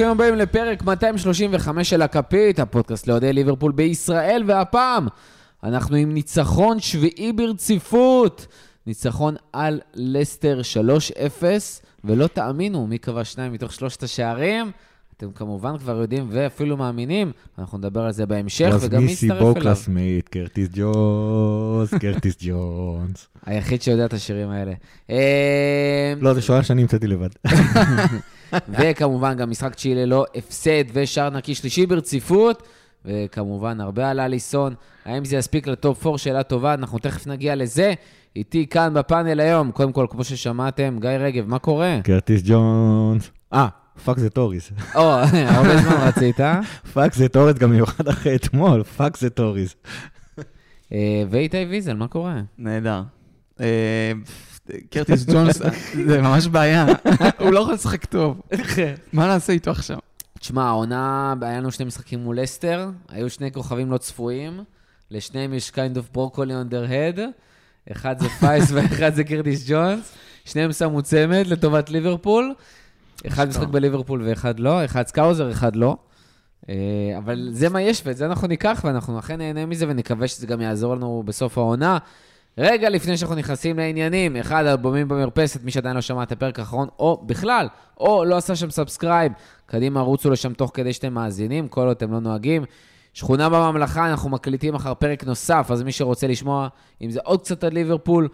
ברוכים הבאים לפרק 235 של הכפית, הפודקאסט לאוהדי ליברפול בישראל, והפעם אנחנו עם ניצחון שביעי ברציפות, ניצחון על לסטר 3-0, ולא תאמינו מי קבע 2 מתוך 3 השערים, אתם כמובן כבר יודעים ואפילו מאמינים, אנחנו נדבר על זה בהמשך, וגם מי יצטרף אליו. קלאסמייט, קרטיס ג'ונס. היחיד שיודע את השירים האלה. לא, זה שואל שאני המצאתי לבד. וכמובן גם משחק תשיעי ללא הפסד ושער נקי שלישי ברציפות, וכמובן הרבה על אליסון. האם זה יספיק לטופ 4? שאלה טובה, אנחנו תכף נגיע לזה. איתי כאן בפאנל היום, קודם כל, כמו ששמעתם, גיא רגב, מה קורה? קרטיס ג'ונס. פאק זה טוריס. הרבה זמן רצית. פאק זה טוריס גם מיוחד אחרי אתמול, פאק זה טוריס. ואיתי ויזל, מה קורה? נהדר. קרטיס ג'ונס, זה ממש בעיה. הוא לא יכול לשחק טוב. מה נעשה איתו עכשיו? תשמע, העונה, היה לנו 2 משחקים מול לסטר, היו 2 כוכבים לא צפויים, לשניהם יש kind of broccoli on their head, אחד זה פייס ואחד זה קרטיס ג'ונס, שניהם שמו צמד לטובת ליברפול, אחד משחק בליברפול ואחד לא, אחד סקאוזר, אחד לא, אבל זה מה יש ואת זה אנחנו ניקח, ואנחנו אכן נהנה מזה ונקווה שזה גם יעזור לנו בסוף העונה. רגע לפני שאנחנו נכנסים לעניינים, אחד האלבומים במרפסת, מי שעדיין לא שמע את הפרק האחרון, או בכלל, או לא עשה שם סאבסקרייב, קדימה רוצו לשם תוך כדי שאתם מאזינים, כל עוד אתם לא נוהגים. שכונה בממלכה, אנחנו מקליטים אחר פרק נוסף, אז מי שרוצה לשמוע, אם זה עוד קצת על ליברפול,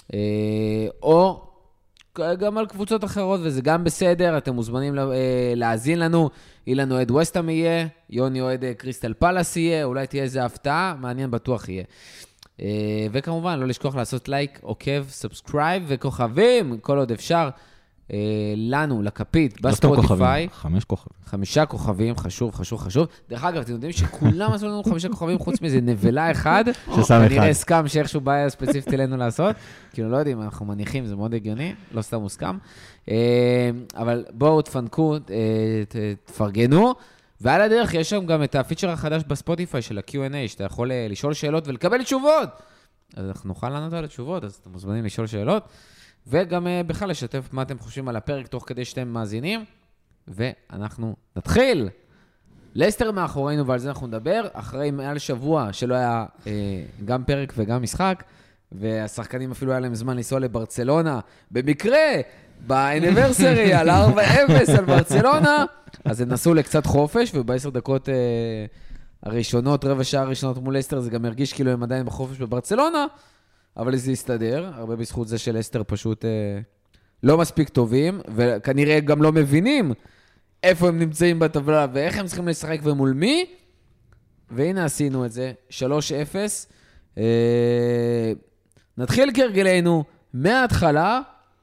או גם על קבוצות אחרות, וזה גם בסדר, אתם מוזמנים להאזין לנו, אילן אוהד ווסטהאם יהיה, יוני אוהד קריסטל פלאס יהיה, אולי תהיה איזה הפתעה, מעניין בטוח יהיה. וכמובן, לא לשכוח לעשות לייק, עוקב, סאבסקרייב וכוכבים, כל עוד אפשר, לנו, לכפית, בספוטיפיי. 5 כוכבים. 5 כוכבים, חשוב. דרך אגב, אתם יודעים שכולם עשו לנו 5 כוכבים, חוץ מזה נבלה אחד, כנראה הסכם שאיכשהו בעיה ספציפית אלינו לעשות, כאילו לא יודעים, אנחנו מניחים, זה מאוד הגיוני, לא סתם מוסכם. אבל בואו תפנקו, תפרגנו, ועל הדרך יש שם גם את הפיצ'ר החדש בספוטיפיי של ה-Q&A, שאתה יכול לשאול שאלות ולקבל תשובות. אז אנחנו נוכל לענות על התשובות, אז אתם מוזמנים לשאול שאלות, וגם בכלל לשתף מה אתם חושבים על הפרק תוך כדי שאתם מאזינים, ואנחנו נתחיל. לסטר מאחורינו, ועל זה אנחנו נדבר, אחרי מעל שבוע שלא היה גם פרק וגם משחק, והשחקנים אפילו היה להם זמן לנסוע לברצלונה, במקרה, באניברסרי על 4-0 על ברצלונה, אז הם נסעו לקצת חופש, וב10 דקות הראשונות, רבע שעה הראשונות מול לסטר, זה גם הרגיש כאילו הם עדיין בחופש בברצלונה, אבל זה יסתדר, הרבה בזכות זה של לסטר פשוט לא מספיק טובים, וכנראה גם לא מבינים איפה הם נמצאים בטבלה, ואיך הם צריכים לשחק ומול מי, והנה עשינו את זה, 3-0, נתחיל כרגלנו מההתחלה,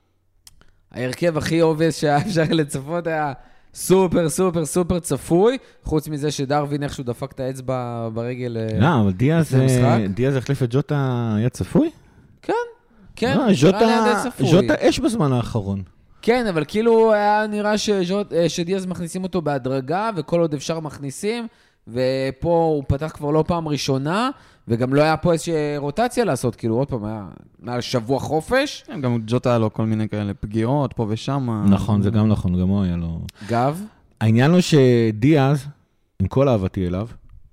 ההרכב הכי אובס שאפשר לצפות היה סופר צפוי, חוץ מזה שדרווין איכשהו דפק את האצבע ברגל. לא, אבל דיאז החליף את ג'וטה היה צפוי? כן, ג'וטה אש בזמן האחרון. כן, אבל כאילו היה נראה שדיאז מכניסים אותו בהדרגה, וכל עוד אפשר מכניסים, ופה הוא פתח כבר לא פעם ראשונה, וגם לא היה פה איזושהי רוטציה לעשות, כאילו עוד פעם היה מעל שבוע חופש. גם ג'וטה היה לו כל מיני כאלה פגיעות פה ושם. נכון, זה גם נכון, גם הוא היה לו. גב? העניין הוא שדיאז, עם כל אהבתי אליו,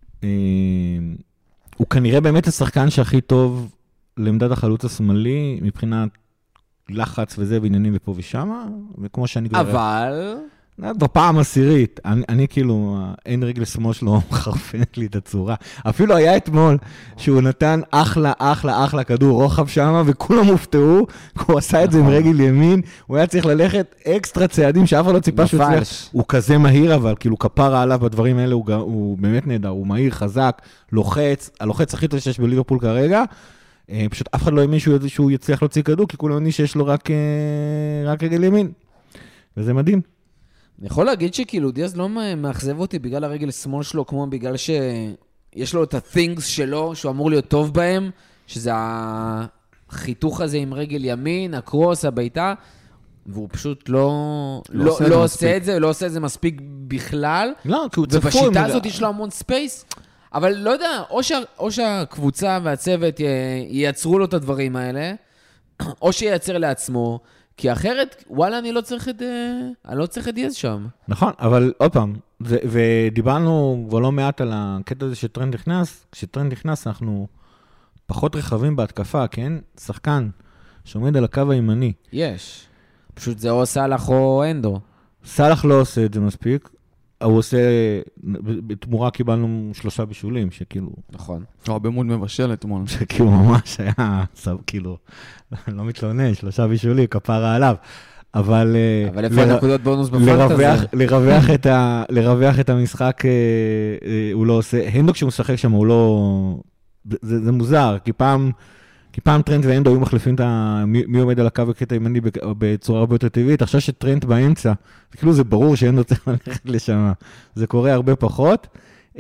הוא כנראה באמת השחקן שהכי טוב לעמדת החלוץ השמאלי, מבחינת לחץ וזה, ועניינים ופה ושם, וכמו שאני כבר... אבל... בפעם עשירית, אני כאילו, אין רגל שמאל שלו מחרפנת לי את הצורה. אפילו היה אתמול שהוא נתן אחלה כדור רוחב שם, וכולם הופתעו, הוא עשה את זה עם רגל ימין, הוא היה צריך ללכת אקסטרה צעדים שאף אחד לא ציפה שהוא צריך. הוא כזה מהיר, אבל כאילו כפרה עליו בדברים האלה, הוא באמת נהדר, הוא מהיר, חזק, לוחץ, הלוחץ הכי טוב שיש בליברפול כרגע, פשוט אף אחד לא האמין שהוא יצליח להוציא כדור, כי כולם יודעים שיש לו רק רגל ימין. וזה מדהים. אני יכול להגיד שכאילו דיאז לא מאכזב אותי בגלל הרגל שמאל שלו, כמו בגלל שיש לו את ה-things שלו, שהוא אמור להיות טוב בהם, שזה החיתוך הזה עם רגל ימין, הקרוס, הביתה, והוא פשוט לא עושה את זה, לא עושה את זה מספיק בכלל. לא, כי הוא צפוי. ובשיטה הזאת יש לו המון ספייס, אבל לא יודע, או שהקבוצה והצוות ייצרו לו את הדברים האלה, או שייצר לעצמו, כי אחרת, וואלה, אני לא צריך את דיאז שם. נכון, אבל עוד פעם, ודיברנו כבר לא מעט על הקטע הזה שטרנד נכנס, כשטרנד נכנס אנחנו פחות רחבים בהתקפה, כן? שחקן שעומד על הקו הימני. יש. פשוט זה או סלח או אנדו. סלח לא עושה את זה מספיק, הוא עושה, בתמורה קיבלנו 3 בישולים, שכאילו... נכון. במוד מבשל אתמול. שכאילו ממש היה, כאילו, לא מתלונן, 3 בישולים, כפרה עליו. אבל איפה הנקודות בונוס בפלט הזה? לרווח את המשחק, הוא לא עושה, הנדו כשהוא משחק שם, הוא לא... זה מוזר, כי פעם טרנט והנדו היו מחליפים את מי עומד על הקו וקטע ימני בצורה הרבה יותר טבעית, עכשיו שטרנט באמצע, כאילו זה ברור שהנדו צריך ללכת לשם, זה קורה הרבה פחות,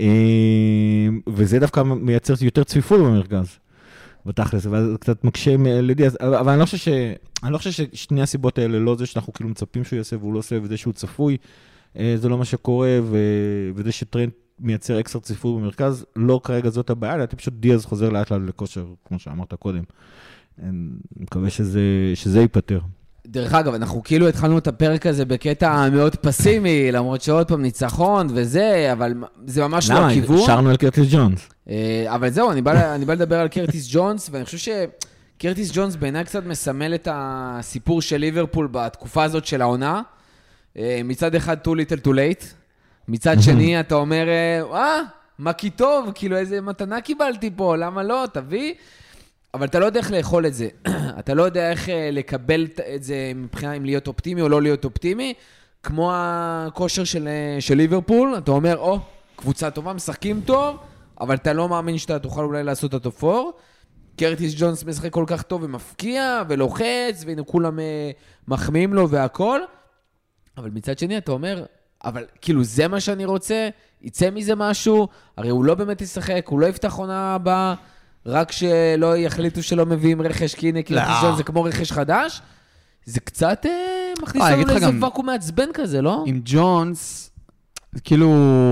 וזה דווקא מייצר יותר צפיפות במרכז, בתכלס, וזה קצת מקשה לדיאז, אבל אני לא חושב ששני הסיבות האלה, לא זה שאנחנו כאילו מצפים שהוא יעשה והוא לא עושה, וזה שהוא צפוי, זה לא מה שקורה, וזה שטרנט מייצר אקסטרה צפיפות במרכז, לא כרגע זאת הבעיה, לדעתי פשוט דיאז חוזר לאט לאט לכושר, כמו שאמרת קודם. אני מקווה שזה ייפטר. דרך אגב, אנחנו כאילו התחלנו את הפרק הזה בקטע מאוד פסימי, למרות שעוד פעם ניצחון וזה, אבל זה ממש לא הכיוון. שרנו על קרטיס ג'ונס. אבל זהו, אני בא לדבר על קרטיס ג'ונס, ואני חושב שקרטיס ג'ונס בעיניי קצת מסמל את הסיפור של ליברפול בתקופה הזאת של העונה. מצד אחד, too little too late. מצד שני, אתה אומר, מה כי טוב, כאילו איזה מתנה קיבלתי פה, למה לא, תביא. אבל אתה לא יודע איך לאכול את זה. אתה לא יודע איך לקבל את זה מבחינה אם להיות אופטימי או לא להיות אופטימי. כמו הכושר של ליברפול, אתה אומר, קבוצה טובה, משחקים טוב, אבל אתה לא מאמין שאתה תוכל אולי לעשות את הטופור. קרטיס ג'ונס משחק כל כך טוב ומפקיע ולוחץ, והנה כולם מחמיאים לו והכל. אבל מצד שני אתה אומר, אבל כאילו זה מה שאני רוצה, יצא מזה משהו, הרי הוא לא באמת ישחק, הוא לא יפתח עונה הבאה, רק שלא יחליטו שלא מביאים רכש, כי הנה קרטיס ג'ונס זה כמו רכש חדש, זה קצת מכניס לנו לאיזה ואקום מעצבן כזה, לא? עם ג'ונס, כאילו,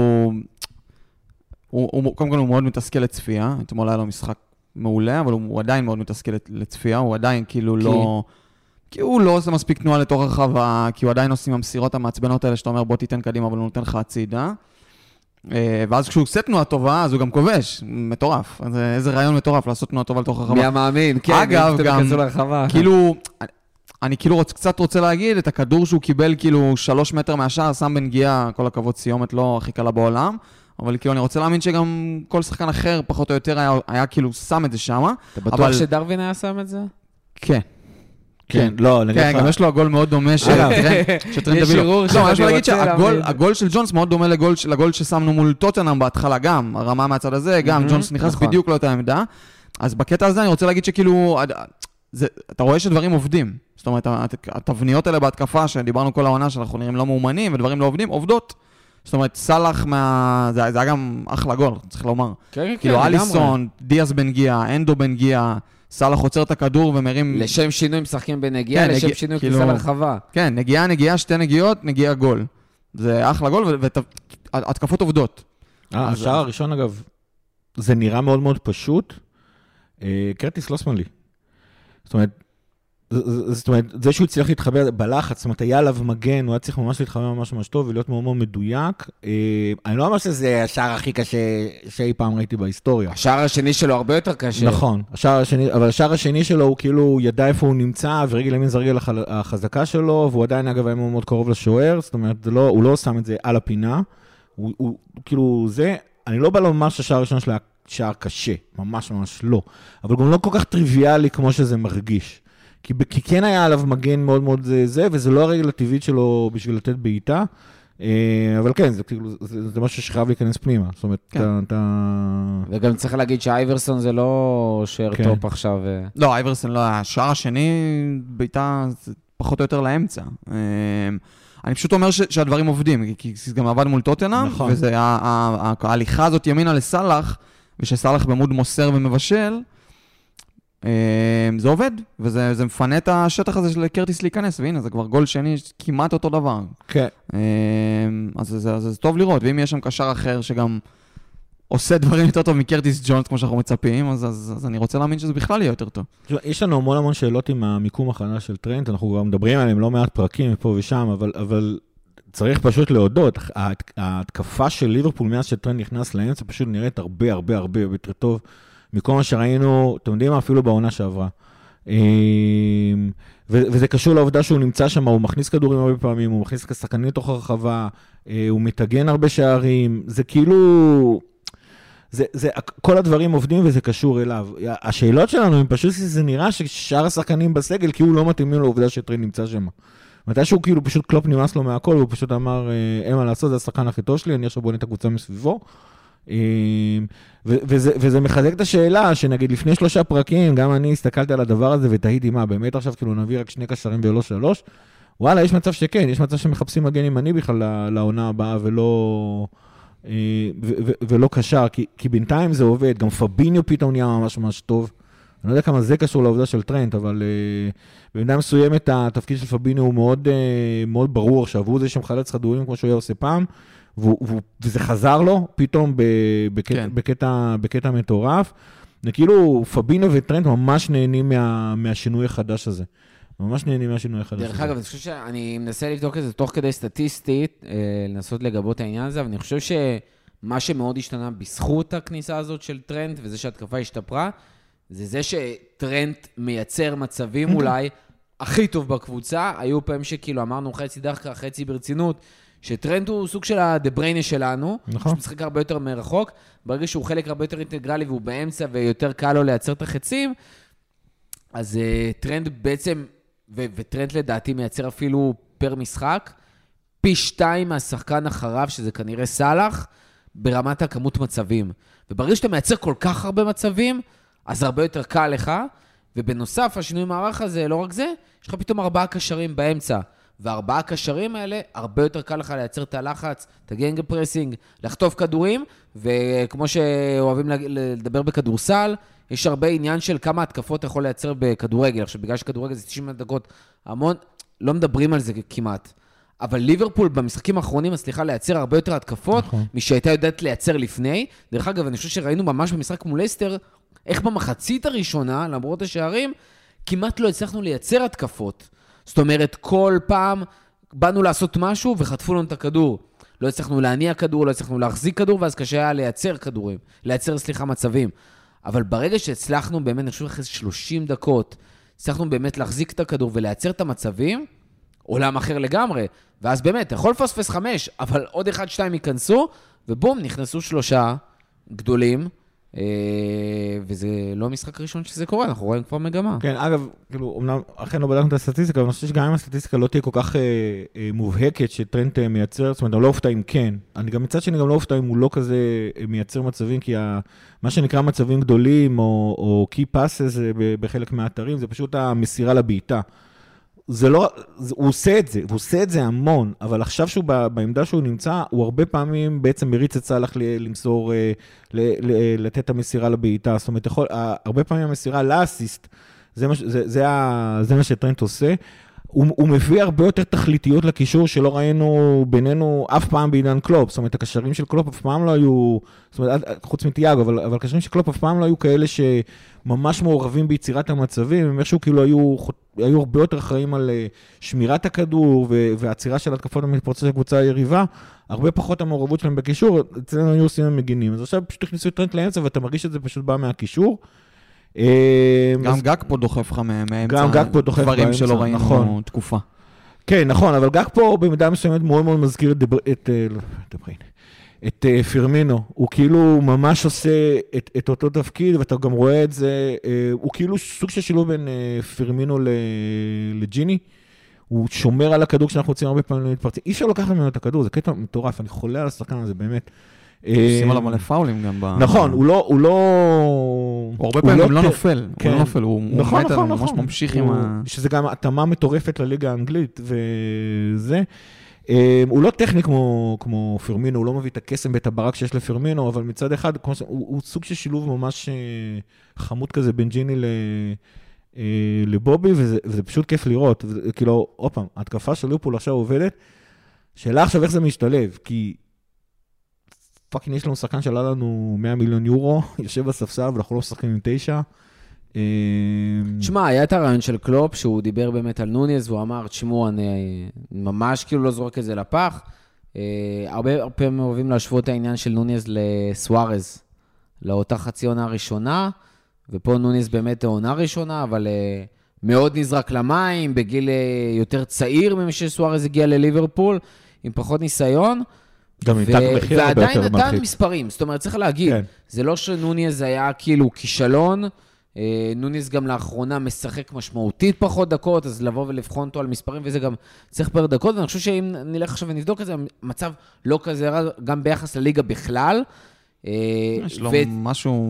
קודם כל הוא מאוד מתסכל לצפייה, אתמול היה לו משחק מעולה, אבל הוא עדיין מאוד מתסכל לצפייה, הוא עדיין כאילו לא... כי הוא לא עושה מספיק תנועה לתוך הרחבה, כי הוא עדיין עושים המסירות המעצבנות האלה, שאתה אומר בוא תיתן קדימה, אבל הוא נותן לך הצידה. ואז כשהוא עושה תנועה טובה, אז הוא גם כובש, מטורף. אז איזה רעיון מטורף לעשות תנועה טובה לתוך הרחבה. מי המאמין, כן, אגב, גם, כאילו, אני כאילו קצת רוצה להגיד, את הכדור שהוא קיבל כאילו 3 מטר מהשאר, שם בנגיעה, כל הכבוד סיומת לא הכי קלה בעולם, אבל כאילו אני רוצה להאמין שגם כל שחקן אחר, פחות או יותר, היה כאילו שם את זה שמה. אתה בטוח שדרווין היה שם את זה? כן. כן, לא, נגיד לך. כן, גם יש לו הגול מאוד דומה שטרנד דבילו. לא, אני רוצה להגיד שהגול של ג'ונס מאוד דומה לגול ששמנו מול טוטנהאם בהתחלה גם, הרמה מהצד הזה, גם ג'ונס נכנס בדיוק לאותה עמדה. אז בקטע הזה אני רוצה להגיד שכאילו, אתה רואה שדברים עובדים. זאת אומרת, התבניות האלה בהתקפה, שדיברנו כל העונה, שאנחנו נראים לא מאומנים, ודברים לא עובדים, עובדות. זאת אומרת, סלח זה היה גם אחלה גול, צריך לומר. כאילו, אליסון, דיאז בנגיעה, אנדו בנגיעה, סלח עוצר את הכדור ומרים... לשם שינוי משחקים בנגיעה, לשם שינוי כניסה לרחבה. כן, נגיעה, 2 נגיעות, נגיעה גול. זה אחלה גול, והתקפות עובדות. השער הראשון, אגב, זה נראה מאוד מאוד פשוט. קרטיס לא שמאלי. זאת אומרת, זה שהוא הצליח להתחבר בלחץ, זאת אומרת, היה עליו מגן, הוא היה צריך ממש להתחבר ממש טוב, ולהיות מאוד מאוד מדויק. אני לא אומר שזה השער הכי קשה שאי פעם ראיתי בהיסטוריה. השער השני שלו הרבה יותר קשה. נכון, אבל השער השני שלו הוא כאילו ידע איפה הוא נמצא, ורגל ימין זה רגל החזקה שלו, והוא עדיין אגב היה מאוד קרוב לשוער, זאת אומרת, הוא לא שם את זה על הפינה, הוא כאילו זה, אני לא בא לומר שהשער הראשון שלה שער קשה, ממש לא, אבל גם לא כל כך טריוויאלי כמו שזה מרגיש. כי כן היה עליו מגן מאוד מאוד זה, וזה לא הרגל הטבעית שלו בשביל לתת בעיטה, אבל כן, זה משהו שחייב להיכנס פנימה. זאת אומרת, וגם צריך להגיד שהאייברסון זה לא שער טופ עכשיו. לא, האייברסון לא, השער השני בעיטה זה פחות או יותר לאמצע. אני פשוט אומר שהדברים עובדים, כי זה גם עבד מול טוטנהאם, וההליכה הזאת ימינה לסלח, ושסלח במוד מוסר ומבשל, זה עובד, וזה מפנה את השטח הזה של קרטיס להיכנס, והנה, זה כבר גול שני, כמעט אותו דבר. כן. אז זה טוב לראות, ואם יש שם קשר אחר שגם עושה דברים יותר טוב מקרטיס ג'ונס, כמו שאנחנו מצפים, אז אני רוצה להאמין שזה בכלל יהיה יותר טוב. יש לנו המון שאלות עם המיקום החדש של טרנט, אנחנו כבר מדברים עליהם לא מעט פרקים פה ושם, אבל צריך פשוט להודות, ההתקפה של ליברפול מאז שטרנט נכנס לאמצע, פשוט נראית הרבה יותר טוב, מכל מה שראינו, אתם יודעים מה, אפילו בעונה שעברה. וזה קשור לעובדה שהוא נמצא שם, הוא מכניס כדורים הרבה פעמים, הוא מכניס כשחקנים לתוך הרחבה, הוא מתגן הרבה שערים, זה כאילו, כל הדברים עובדים וזה קשור אליו. השאלות שלנו הם פשוט, זה נראה ששאר השחקנים בסגל, כי הוא לא מתאימים לעובדה שטרנט נמצא שם. מתי שהוא כאילו פשוט קלופ נמאס לו מהכל, והוא פשוט אמר, אין מה לעשות, זה השחקן הכי טוב שלי, אני עכשיו בונה את הקבוצה מסביבו. וזה מחזק את השאלה, שנגיד לפני 3 פרקים, גם אני הסתכלתי על הדבר הזה ותהיתי מה, באמת עכשיו כאילו נביא רק 2 קשרים ולא 3, וואלה, יש מצב שכן, יש מצב שמחפשים מגן ימני בכלל לעונה הבאה ולא קשר, כי בינתיים זה עובד, גם פביניו פתאום נהיה ממש טוב, אני לא יודע כמה זה קשור לעובדה של טרנט, אבל במידה מסוימת התפקיד של פביניו הוא מאוד ברור עכשיו, הוא זה שמחלץ כדורים כמו שהוא היה עושה פעם, וזה חזר לו פתאום בקטע מטורף, וכאילו פביניו וטרנט ממש נהנים מהשינוי החדש הזה. ממש נהנים מהשינוי החדש הזה. דרך אגב, אני חושב שאני מנסה לבדוק את זה תוך כדי סטטיסטית, לנסות לגבות העניין הזה, אבל אני חושב שמה שמאוד השתנה בזכות הכניסה הזאת של טרנט, וזה שהתקפה השתפרה, זה שטרנט מייצר מצבים אולי הכי טוב בקבוצה. היו פעמים שכאילו אמרנו חצי דחקה, חצי ברצינות, שטרנט הוא סוג של הדבריינה שלנו, שמשחק הרבה יותר מרחוק, ברגע שהוא חלק הרבה יותר אינטגרלי והוא באמצע ויותר קל לו לייצר את החצים, אז טרנט בעצם, וטרנט לדעתי מייצר אפילו פר משחק, פי 2 מהשחקן אחריו, שזה כנראה סלח, ברמת הכמות מצבים. וברגע שאתה מייצר כל כך הרבה מצבים, אז הרבה יותר קל לך, ובנוסף, השינוי מערך הזה, לא רק זה, יש לך פתאום 4 קשרים באמצע, ו4 קשרים האלה, הרבה יותר קל לך לייצר את הלחץ, את הגנגל פרסינג, לחטוף כדורים, וכמו שאוהבים לדבר בכדורסל, יש הרבה עניין של כמה התקפות אתה יכול לייצר בכדורגל. עכשיו, בגלל שכדורגל זה 90 דקות המון, לא מדברים על זה כמעט. אבל ליברפול במשחקים האחרונים מצליחה לייצר הרבה יותר התקפות, משהייתה יודעת לייצר לפני. דרך אגב, אני חושב שראינו ממש במשחק מול לסטר, איך במחצית הראשונה, למרות השערים, כמעט לא הצלחנו לייצר התקפות. זאת אומרת, כל פעם באנו לעשות משהו וחטפו לנו את הכדור. לא הצלחנו להניע כדור, לא הצלחנו להחזיק כדור, ואז קשה היה לייצר כדורים, לייצר מצבים. אבל ברגע שהצלחנו באמת, אני חושב אחרי 30 דקות, הצלחנו באמת להחזיק את הכדור ולייצר את המצבים, עולם אחר לגמרי. ואז באמת, אתה יכול לפספס 5, אבל עוד 1-2 ייכנסו, ובום, נכנסו 3 גדולים, וזה לא משחק ראשון שזה קורה, אנחנו רואים כבר מגמה. כן, אגב, כאילו, אמנם אכן לא בדקנו את הסטטיסטיקה, אבל אני חושב שגם אם הסטטיסטיקה לא תהיה כל כך מובהקת שטרנט מייצר, זאת אומרת, אני לא אופתע אם כן. אני גם מצד שני גם לא אופתע אם הוא לא כזה מייצר מצבים, כי מה שנקרא מצבים גדולים, או key passes בחלק מהאתרים, זה פשוט המסירה לבעיטה. זה לא, הוא עושה את זה המון, אבל עכשיו שהוא בעמדה שהוא נמצא, הוא הרבה פעמים בעצם מריץ את סלח למסור, לתת את המסירה לבעיטה, זאת אומרת, הרבה פעמים המסירה לאסיסט, זה מה שטרנט עושה, הוא מביא הרבה יותר תכליתיות לקישור שלא ראינו בינינו אף פעם בעידן קלופ, זאת אומרת, הקשרים של קלופ אף פעם לא היו, זאת אומרת, חוץ מתיאגו, אבל הקשרים של קלופ אף פעם לא היו כאלה שממש מעורבים ביצירת המצבים, הם איכשהו כאילו היו הרבה יותר אחראים על שמירת הכדור והעצירה של התקפות המתפרצות של הקבוצה היריבה, הרבה פחות המעורבות שלהם בקישור, אצלנו היו עושים המגינים, אז עכשיו פשוט הכניסו את טרנט לאמצע ואתה מרגיש שזה פשוט בא מהקישור, גם גג פה דוחף לך מאמצע, דברים שלא ראינו תקופה. כן, נכון, אבל גג פה במידה מסוימת מאוד מאוד מזכיר את פירמינו. הוא כאילו ממש עושה את אותו תפקיד, ואתה גם רואה את זה, הוא כאילו סוג של שילוב בין פירמינו לג'יני. הוא שומר על הכדור כשאנחנו רוצים הרבה פעמים להתפרצים. אי אפשר לקחת ממנו את הכדור, זה קטע מטורף, אני חולה על השחקן הזה, באמת. עושים עליו מלא פאולים גם נכון, הוא הרבה פעמים גם לא נופל, הוא לא נופל, הוא ממש ממשיך עם שזה גם התאמה מטורפת לליגה האנגלית, וזה, הוא לא טכני כמו פירמינו, הוא לא מביא את הקסם ואת הברק שיש לפירמינו, אבל מצד אחד, הוא סוג של שילוב ממש חמוד כזה בין ג'יני לבובי, וזה פשוט כיף לראות, כאילו, אופם, ההתקפה של ליברפול עכשיו עובדת, שאלה עכשיו איך זה משתלב, כי פאקינג יש לנו שחקן שעלה לנו 100 מיליון יורו, יושב בספסל ואנחנו לא משחקים עם 9. תשמע, היה את הרעיון של קלופ, שהוא דיבר באמת על נוניז, והוא אמר, תשמעו, אני ממש כאילו לא זורק את זה לפח. הרבה פעמים אוהבים להשוות את העניין של נוניז לסוארז, לאותה חצי עונה הראשונה, ופה נוניז באמת העונה הראשונה, אבל מאוד נזרק למים, בגיל יותר צעיר ממה שסוארז הגיע לליברפול, עם פחות ניסיון, ועדיין נתן מספרים, זאת אומרת, צריך להגיד, זה לא שנוניז היה כאילו כישלון, נוניז גם לאחרונה משחק משמעותית פחות דקות, אז לבוא ולבחון אותו על מספרים, וזה גם צריך פר דקות, ואני חושב שאם נלך עכשיו ונבדוק את זה, המצב לא כזה רע, גם ביחס לליגה בכלל. יש לו משהו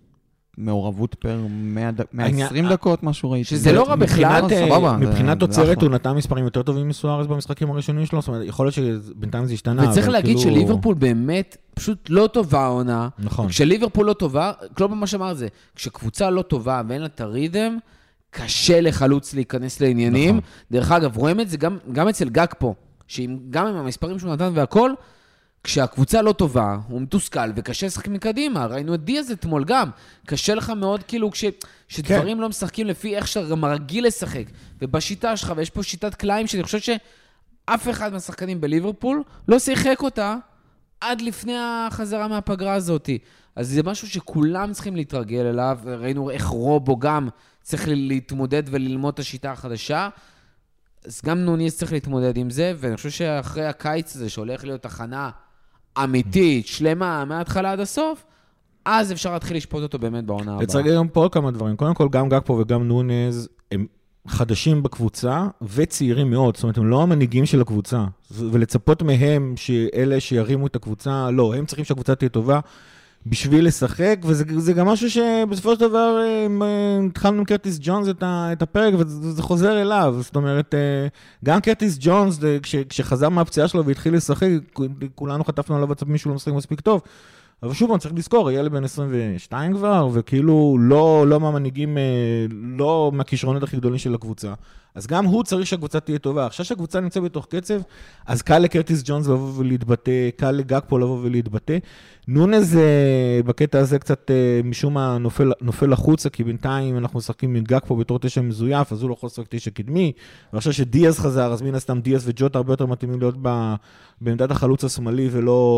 מעורבות פר 120 דקות, משהו ראיתי. שזה לא רע בכלל. מבחינת תוצרת הוא נתן מספרים יותר טובים מסוארז במשחקים הראשונים שלו, זאת אומרת, יכול להיות שבינתיים זה השתנה. וצריך להגיד שליברפול באמת פשוט לא טובה העונה. נכון. כשליברפול לא טובה, כלומר מה שאמר זה, כשקבוצה לא טובה ואין לה את הריתם, קשה לחלוץ להיכנס לעניינים. נכון. דרך אגב, רואים את זה גם אצל גג פה, שגם עם המספרים שהוא נתן והכל, כשהקבוצה לא טובה, הוא מתוסכל וקשה לשחק מקדימה. ראינו את דיאז אתמול גם. קשה לך מאוד כאילו שדברים לא משחקים לפי איך שאתה מרגיל לשחק. ובשיטה שלך, ויש פה שיטת קליים שאני חושב שאף אחד מהשחקנים בליברפול לא שיחק אותה עד לפני החזרה מהפגרה הזאת. אז זה משהו שכולם צריכים להתרגל אליו. ראינו איך רובו גם צריך להתמודד וללמוד את השיטה החדשה. אז גם נוניס צריך להתמודד עם זה, ואני חושב שאחרי הקיץ הזה שהולך להיות הכנה אמיתית, שלמה, מההתחלה עד הסוף, אז אפשר להתחיל לשפוט אותו באמת בעונה הבאה. צריך גם פה כמה דברים. קודם כל, גם גג פה וגם נונז, הם חדשים בקבוצה וצעירים מאוד. זאת אומרת, הם לא המנהיגים של הקבוצה. ולצפות מהם שאלה שירימו את הקבוצה, לא, הם צריכים שהקבוצה תהיה טובה בשביל לשחק, וזה גם משהו שבסופו של דבר התחלנו עם קרטיס ג'ונס את הפרק, וזה חוזר אליו. זאת אומרת, גם קרטיס ג'ונס, כשחזר מהפציעה שלו והתחיל לשחק, כולנו חטפנו עליו בצד מישהו לא משחק מספיק טוב, אבל שוב, אני צריך לזכור, ילד בן 22 כבר, וכאילו לא מהמנהיגים, לא מהכישרונות הכי גדולים של הקבוצה. אז גם הוא צריך שהקבוצה תהיה טובה. עכשיו שהקבוצה נמצא בתוך קצב, אז קל לקרטיס ג'ונס לבוא ולהתבטא, קל לגג פה לבוא ולהתבטא. נונז בקטע הזה קצת משום מה נופל החוצה, כי בינתיים אנחנו משחקים עם גג פה בתור 9 מזויף, אז הוא לא יכול לשחק 9 קדמי. ועכשיו שדיאז חזר, אז מן הסתם דיאז וג'וטה הרבה יותר מתאימים להיות בעמדת החלוץ השמאלי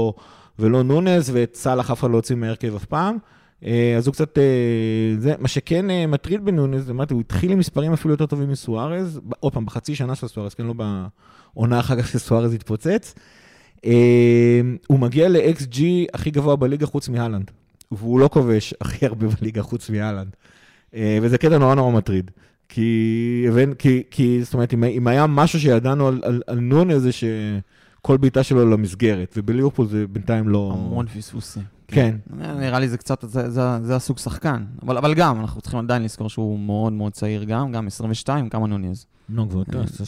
ולא נונז, ואת סלאח אף אחד לא יוצאים מהרכב אף פעם. אז הוא קצת, מה שכן מטריד בנונז, אמרתי, הוא התחיל עם מספרים אפילו יותר טובים מסוארז, עוד פעם, בחצי שנה של סוארז, כן, לא בעונה אחר כך שסוארז התפוצץ. הוא מגיע ל-XG הכי גבוה בליגה חוץ מהלנד, והוא לא כובש הכי הרבה בליגה חוץ מהלנד. וזה קטע נורא מטריד. כי זאת אומרת, אם היה משהו שידענו על נונז, זה שכל בעיטה שלו למסגרת, ובליברפול זה בינתיים לא... המון פספוסים. כן. נראה לי זה קצת, זה הסוג שחקן. אבל גם, אנחנו צריכים עדיין לזכור שהוא מאוד מאוד צעיר גם 22, כמה נוניז. נו, כבר,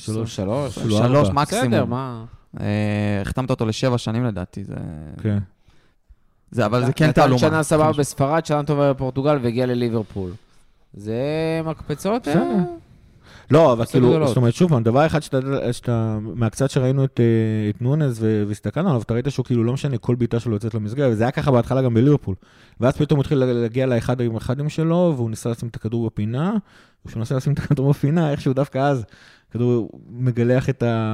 3 מקסימום. בסדר, מה? החתמת אותו ל7 שנים לדעתי, זה... כן. אבל זה כן תעלומה. שנה סבבה בספרד, שנה טובה בפורטוגל, והגיע לליברפול. זה מקפצות? לא, אבל כאילו, זאת אומרת, שוב, דבר אחד שאתה, מהקצת שראינו את נונז והסתכלנו עליו, אתה ראית שהוא כאילו לא משנה כל בעיטה שלו יוצאת למסגרת, וזה היה ככה בהתחלה גם בליברפול. ואז פתאום הוא התחיל להגיע לאחדים שלו, והוא ניסה לשים את הכדור בפינה, וכשהוא ניסה לשים את הכדור בפינה, איכשהו דווקא אז, הכדור מגלח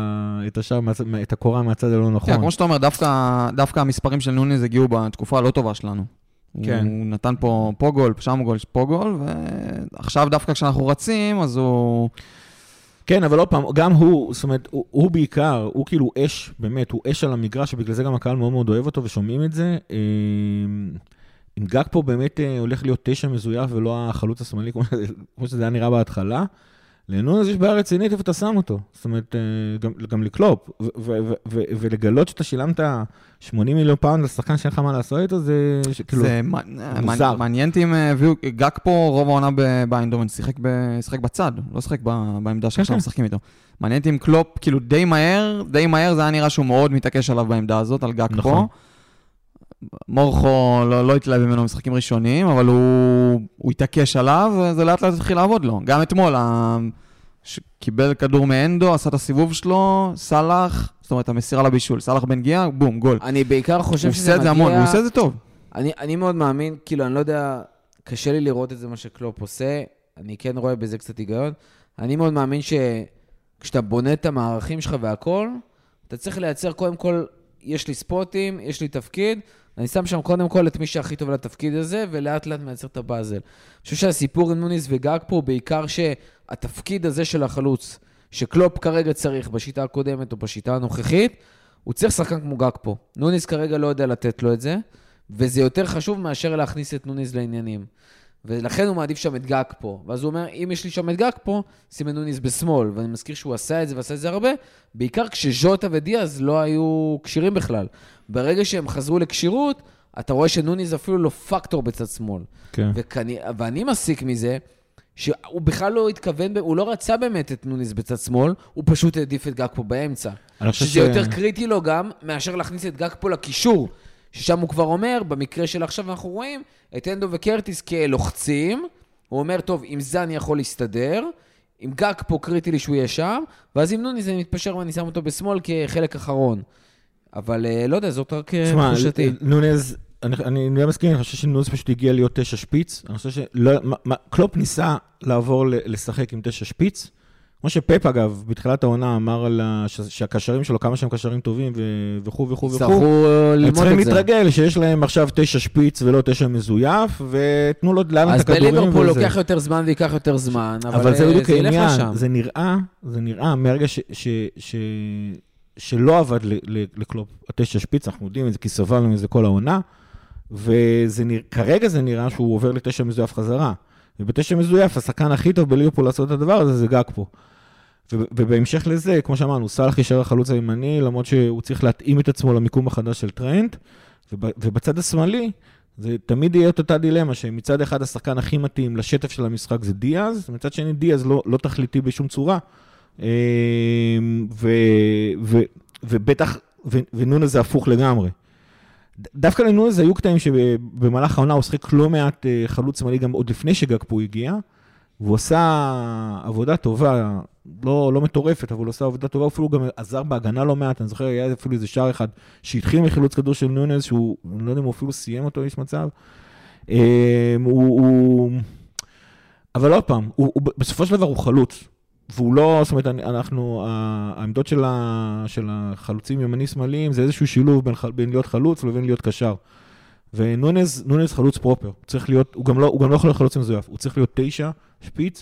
את הקורה מהצד הלא נכון. כן, כמו שאתה אומר, דווקא המספרים של נונז הגיעו בתקופה הלא טובה שלנו. כן. הוא נתן פה גול, שם גול, פה גול, ועכשיו דווקא כשאנחנו רצים, אז הוא... כן, אבל עוד פעם, גם הוא, זאת אומרת, הוא בעיקר, הוא כאילו אש, באמת, הוא אש על המגרש, ובגלל זה גם הקהל מאוד מאוד אוהב אותו ושומעים את זה. אם גג פה באמת הולך להיות 9 מזויף ולא החלוץ השמאלי, כמו שזה היה נראה בהתחלה, לנונז יש בעיה רצינית איפה אתה שם אותו. זאת אומרת, גם לקלופ, ולגלות שאתה שילמת 80 מיליון פאונד לשחקן שאין לך מה לעשות איתו, זה כאילו מוזר. מעניין אם גג פה רוב העונה באיינדורן, שיחק בצד, לא שיחק בעמדה שעכשיו משחקים איתו. מעניין אם קלופ, כאילו די מהר זה היה נראה שהוא מאוד מתעקש עליו בעמדה הזאת, על גג פה. מורכו לא התלהב ממנו משחקים ראשונים, אבל הוא התעקש עליו, וזה לאט לאט התחיל לעבוד לו. גם אתמול, קיבל כדור מאנדו, עשה את הסיבוב שלו, סלח, זאת אומרת, המסירה לבישול, סלח בנגיעה, בום, גול. אני בעיקר חושב שזה מגיע... הוא עושה את זה טוב. אני מאוד מאמין, כאילו, אני לא יודע, קשה לי לראות את זה מה שקלופ עושה, אני כן רואה בזה קצת היגיון. אני מאוד מאמין שכשאתה בונה את המערכים שלך והכל, אתה צריך לייצר קודם כל, יש לי ספוטים, יש לי תפקיד, אני שם שם קודם כל את מי שהכי טוב לתפקיד הזה, ולאט לאט מייצר את הבאזל. אני חושב שהסיפור עם נוניס וגג פה, בעיקר שהתפקיד הזה של החלוץ, שקלופ כרגע צריך בשיטה הקודמת או בשיטה הנוכחית, הוא צריך שחקן כמו גג פה. נוניס כרגע לא יודע לתת לו את זה, וזה יותר חשוב מאשר להכניס את נוניס לעניינים. ולכן הוא מעדיף שם את גג פה. ואז הוא אומר, אם יש לי שם את גג פה, שימי נוניס בשמאל. ואני מזכיר שהוא עשה את זה ועשה את זה הרבה, בעיקר כשז'וטה ודיאז לא היו קשירים בכלל. ברגע שהם חזרו לקשירות, אתה רואה שנוניס אפילו לא פקטור בצד שמאל. כן. ואני מסיק מזה, שהוא בכלל לא התכוון, הוא לא רצה באמת את נוניס בצד שמאל, הוא פשוט העדיף את גג פה באמצע. שזה יותר קריטי לו גם, מאשר להכניס את גג פה לקישור. ששם הוא כבר אומר, במקרה של עכשיו אנחנו רואים, את אנדו וקרטיס כלוחצים, הוא אומר, טוב, עם זה אני יכול להסתדר, עם גג פה קריטי לי שהוא יהיה שם, ואז עם נוניס אני מתפשר ואני שם אותו בשמאל כחלק אחרון. אבל לא יודע, זאת רק תחושתי. נוניס, אני לא מסכים, אני חושב שנוניס פשוט הגיע להיות 9 שפיץ, אני חושב שקלופ ניסה לעבור לשחק עם 9 שפיץ, כמו שפפ אגב, בתחילת העונה אמר שהקשרים שלו, כמה שהם קשרים טובים וכו' וכו' וכו'. צריכו ללמוד את זה. הם צריכים להתרגל שיש להם עכשיו 9 שפיץ ולא 9 מזויף, ותנו לו לאן את הכדורים. אז בליברפול לוקח יותר זמן ויקח יותר זמן, אבל זה בדיוק העניין. לשם. זה נראה מהרגע שלא עבד לקלופ ה9 שפיץ, אנחנו יודעים את זה כי סבלנו מזה כל העונה, וכרגע זה נראה שהוא עובר ל9 מזויף חזרה. וב9 מזויף, השחקן הכי טוב בליברפול לעשות את הדבר הזה, זה גג פה. ובהמשך לזה, כמו שאמרנו, סלח יישאר החלוץ הימני, למרות שהוא צריך להתאים את עצמו למיקום החדש של טרנט, ובצד השמאלי, זה תמיד יהיה אותה דילמה, שמצד אחד השחקן הכי מתאים לשטף של המשחק זה דיאז, ומצד שני דיאז לא תכליתי בשום צורה, ובטח, ונונז זה הפוך לגמרי. דווקא לנונז היו קטעים שבמהלך העונה הוא שחק לא מעט חלוץ שמאלי גם עוד לפני שגג פה הגיע, והוא עשה עבודה טובה, לא מטורפת, אבל הוא עשה עבודה טובה, אפילו גם עזר בהגנה לא מעט, אני זוכר, היה אפילו איזה שער אחד שהתחיל מחילוץ כדור של נונז, שהוא, אני לא יודע אם הוא אפילו סיים אותו, יש מצב. אבל עוד פעם, בסופו של דבר הוא חלוץ, והוא לא, זאת אומרת, העמדות של החלוצים ימני-שמאליים, זה איזשהו שילוב בין להיות חלוץ לבין להיות קשר. ונונז חלוץ פרופר, צריך להיות, הוא גם לא יכול להיות חלוץ מזויף, הוא צריך להיות 9 שפיץ,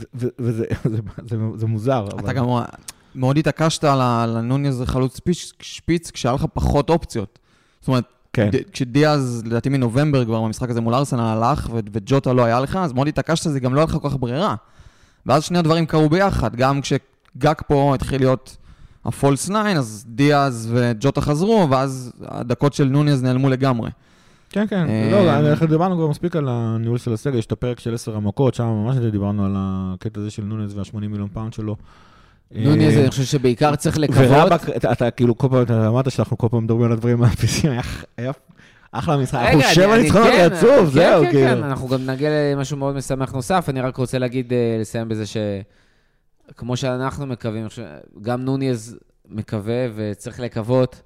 וזה מוזר. אתה גם מאוד התעקשת על נונז חלוץ שפיץ, כשהיה לך פחות אופציות. זאת אומרת, כשדיאז, לדעתי מנובמבר כבר, במשחק הזה מול ארסנל הלך, וג'וטה לא היה לך, אז מאוד התעקשת, זה גם לא היה לך כל כך ברירה. ואז שני הדברים קרו ביחד, גם כשגג פה התחיל להיות הפולס 9, אז דיאז וג'וטה חזרו, ואז הדקות של נוניז נעלמו לגמרי. כן, כן. לא, אנחנו דיברנו כבר מספיק על הניהול של הסגל, יש את הפרק של 10 המכות, שם ממש דיברנו על הקטע הזה של נוניז וה-80 מיליון פאונד שלו. נוניז, אני חושב שבעיקר צריך לקוות. אתה כאילו כל פעם, אתה אמרת שאנחנו כל פעם מדברים על הדברים מהפיסים, היה אחלה משחק. אנחנו 7 ניצחונות לעצוב, זהו. כן, כן, אנחנו גם נגיע למשהו מאוד משמח נוסף, אני רק רוצה לסיים בזה שכמו שאנחנו מקווים, גם נוניז מקווה וצריך לקוות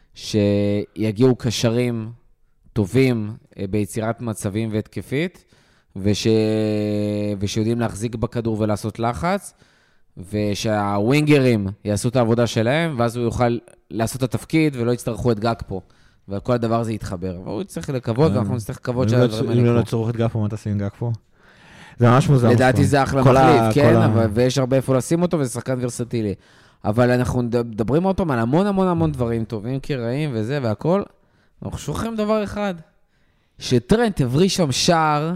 שיגיעו קשרים טובים ביצירת מצבים והתקפית, ושיודעים להחזיק בכדור ולעשות לחץ, ושהווינגרים יעשו את העבודה שלהם, ואז הוא יוכל לעשות את התפקיד ולא יצטרכו את גג פה. וכל הדבר הזה יתחבר. והוא צריך לקוות, ואנחנו נצטרך לקוות שהדברים האלה יקרו. אם לא לצורך את גג פה, מה תעשי עם גג פה? זה ממש מוזר. לדעתי זה אחלה מחליף, כן, ויש הרבה איפה לשים אותו, וזה שחקן ורסטילי. אבל אנחנו מדברים עוד פעם על המון המון המון דברים טובים, קרעים וזה והכל. אנחנו שוכחים דבר אחד, שטרנט הבריא שם שער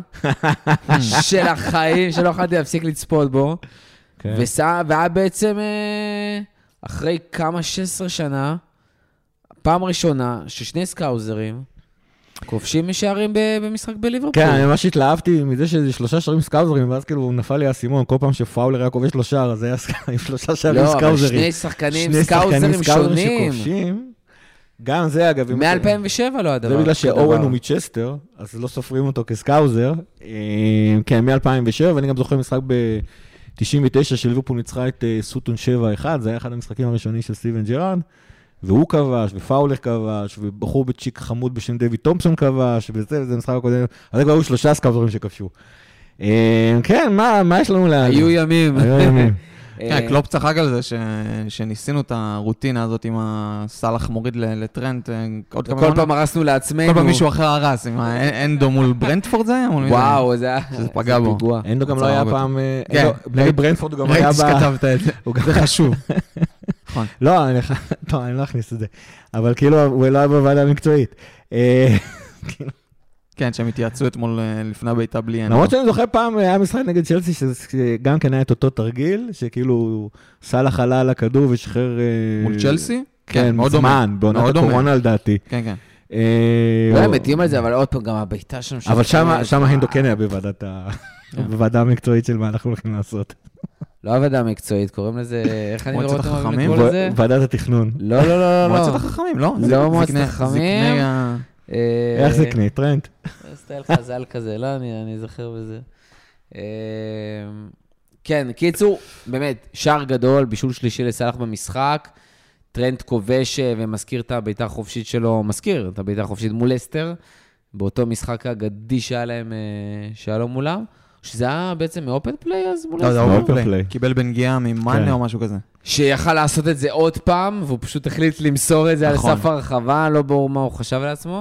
של החיים, שלא יכולתי להפסיק לצפות בו, והיה בעצם אחרי כמה 16 שנה, פעם ראשונה ששני סקאוזרים כובשים משערים במשחק בליברפול. כן, אני ממש התלהבתי מזה שזה 3 שערים סקאוזרים, ואז כאילו נפל לי הסימון, כל פעם שפאולר היה כובש 3 שער, אז היה עם 3 שערים סקאוזרים. לא, אבל שני שחקנים סקאוזרים שונים. שכובשים. גם זה אגב. מ-2007 לא הדבר. זה בגלל שאורן הוא מצ'סטר, אז לא סופרים אותו כסקאוזר. כן, מ-2007, ואני גם זוכר משחק 99 של ליברפול ניצחה את סוטון 7-1, זה היה אחד המשחקים הראשונים של סטיבן ג'רארד, והוא כבש, ופאולר כבש, ובחור בצ'יק חמוד בשם דיוויד תומפסון כבש, וזה משחק הקודם, אז כבר היו 3 סקאוטרים שכבשו. כן, מה יש לנו להגיד? היו ימים. קלופ צחק על זה שניסינו את הרוטינה הזאת עם הסלח מוריד לטרנט. כל פעם הרסנו לעצמנו. כל פעם מישהו אחר הרס, עם האנדו מול ברנטפורד זה? וואו, זה פגע בו. אנדו גם לא היה פעם, נגד ברנטפורד הוא גם היה ראיתי שכתבת את זה, זה חשוב. לא, אני לא אכניס את זה, אבל כאילו הוא לא היה בוועדה המקצועית. כן, שהם התייעצו אתמול לפני ביתה בלי אנדו. למרות שאני זוכר פעם היה משחק נגד צ'לסי, שגם כן היה את אותו תרגיל, שכאילו סלח עלה על הכדור ושחרר... מול צ'לסי? כן, מאוד זמן, בעונת הקורונה לדעתי. כן, כן. לא הם מתאים על זה, אבל עוד פעם גם הביתה שם... אבל שם הנדו כן היה בוועדה המקצועית של מה אנחנו הולכים לעשות. לא הוועדה המקצועית, קוראים לזה... איך אני רואה אותם? ועדת התכנון. לא. מועצת החכמים, לא? לא מועצת החכמים. איך זה קנה? טרנד? סטייל חזל כזה, לא, אני זוכר בזה. כן, קיצור, באמת, שער גדול, בישול שלישי לסלח במשחק, טרנד כובש ומזכיר את הביתה החופשית שלו, מזכיר את הביתה החופשית מול אסטר, באותו משחק הגדי שהיה לו מולם, שזה היה בעצם מאופן פליי אז מול אסטר. לא, זה אופן פליי. קיבל בנגיעה ממאנה או משהו כזה. שיכל לעשות את זה עוד פעם, והוא פשוט החליט למסור את זה על סף הרחבה, לא ברור מה הוא חשב על עצמו.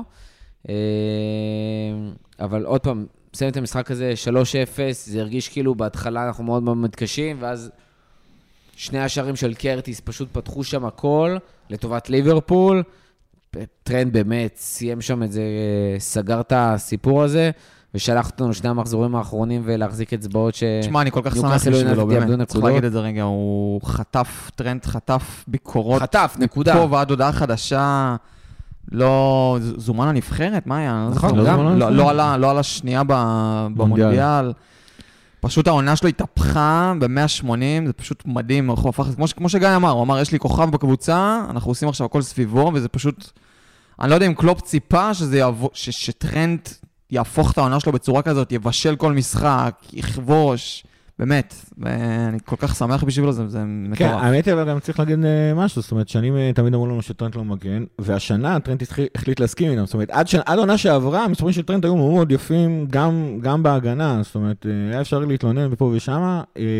אבל עוד פעם, מסיים את המשחק הזה 3-0, זה הרגיש כאילו בהתחלה אנחנו מאוד מאוד מתקשים, ואז שני השערים של קרטיס פשוט פתחו שם הכל, לטובת ליברפול, טרנד באמת סיים שם את זה, סגר את הסיפור הזה, ושלח אותנו שני המחזורים האחרונים ולהחזיק אצבעות תשמע, אני כל כך שמח בשבילו, באמת, צריך להגיד את זה רגע, הוא טרנד חטף ביקורות, חטף, נקודה. פה ועד הודעה חדשה, לא, זומן הנבחרת, מה היה? נכון, לא על השנייה במונדיאל. פשוט העונה שלו התהפכה ב-180, זה פשוט מדהים, כמו שגיא אמר, הוא אמר, יש לי כוכב בקבוצה, אנחנו עושים עכשיו הכל סביבו, וזה פשוט, אני לא יודע אם קלופ ציפה שטרנד יהפוך את העונה שלו בצורה כזאת, יבשל כל משחק, יכבוש, באמת, אני כל כך שמח בשבילו, זה מטורף. כן, האמת אבל גם צריך להגיד משהו, זאת אומרת, שנים תמיד אמרו לנו שטרנד לא מגן, והשנה טרנד החליט להסכים איתם, זאת אומרת, עד עונה שעברה, המספרים של טרנד היו מאוד יפים, גם בהגנה, זאת אומרת, היה אפשר להתלונן בפה ושמה,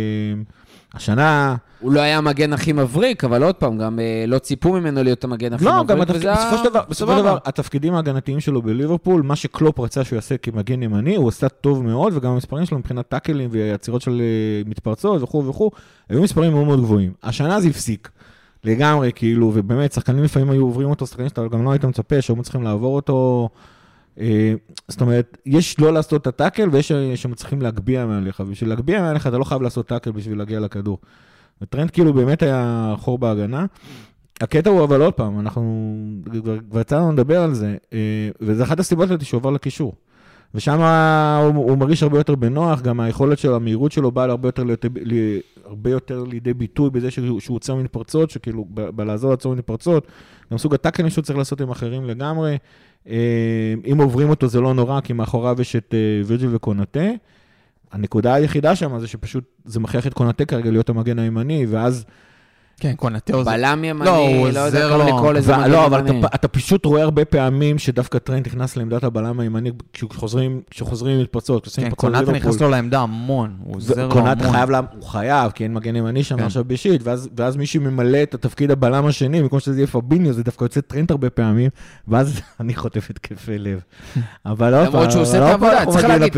השנה... הוא לא היה המגן הכי מבריק, אבל עוד פעם, גם לא ציפו ממנו להיות המגן הכי מבריק. לא, גם בסופו של דבר, התפקידים ההגנתיים שלו בליברפול, מה שקלופ רצה שהוא יעשה כמגן ימני, הוא עשה טוב מאוד, וגם המספרים שלו מבחינת טאקלים ויצירות של מתפרצות וכו', היו מספרים מאוד מאוד גבוהים. השנה זה הפסיק לגמרי, כאילו, ובאמת, שחקנים לפעמים היו עוברים אותו, שחקנים שאתה גם לא היית מצפה, שהיו צריכים לעבור אותו. זאת אומרת, יש לא לעשות את הטאקל, ויש שמצריכים להגביע מעליך, בשביל להגביע מעליך, אתה לא חייב לעשות טאקל בשביל להגיע לכדור. וטרנד כאילו באמת היה חור בהגנה. הקטע הוא אבל עוד פעם, אנחנו כבר יצאנו לדבר על זה, וזה אחת הסיבות לתי שעובר לקישור. ושם הוא מרגיש הרבה יותר בנוח, גם היכולת שלו, המהירות שלו באה הרבה יותר לידי ביטוי בזה שהוא עוצר מתפרצות, שכאילו בלעזור לעצור מתפרצות, גם סוג הטאקלים שהוא צריך לעשות עם אחרים לגמרי. אם עוברים אותו זה לא נורא, כי מאחוריו יש את וירג'יל וקונאטה. הנקודה היחידה שם זה שפשוט זה מכריח את קונאטה כרגע להיות המגן הימני, ואז... כן, קונאטה עוזר. בלם ימני, לא יודע כמה לקרוא לזה מגן ימני. לא, אבל אתה פשוט רואה הרבה פעמים שדווקא טרנד נכנס לעמדת הבלם הימני, כשחוזרים מתפרצות. כן, קונאטה נכנס לו לעמדה המון, הוא עוזר לו המון. קונאטה הוא חייב, כי אין מגן ימני שם עכשיו בשיט, ואז מישהו ממלא את התפקיד הבלם השני, במקום שזה יהיה פביניו, זה דווקא יוצא טרנד הרבה פעמים, ואז אני חוטף את כתפי לב. אבל למרות שהוא עושה את העבודה, צריך להגיד,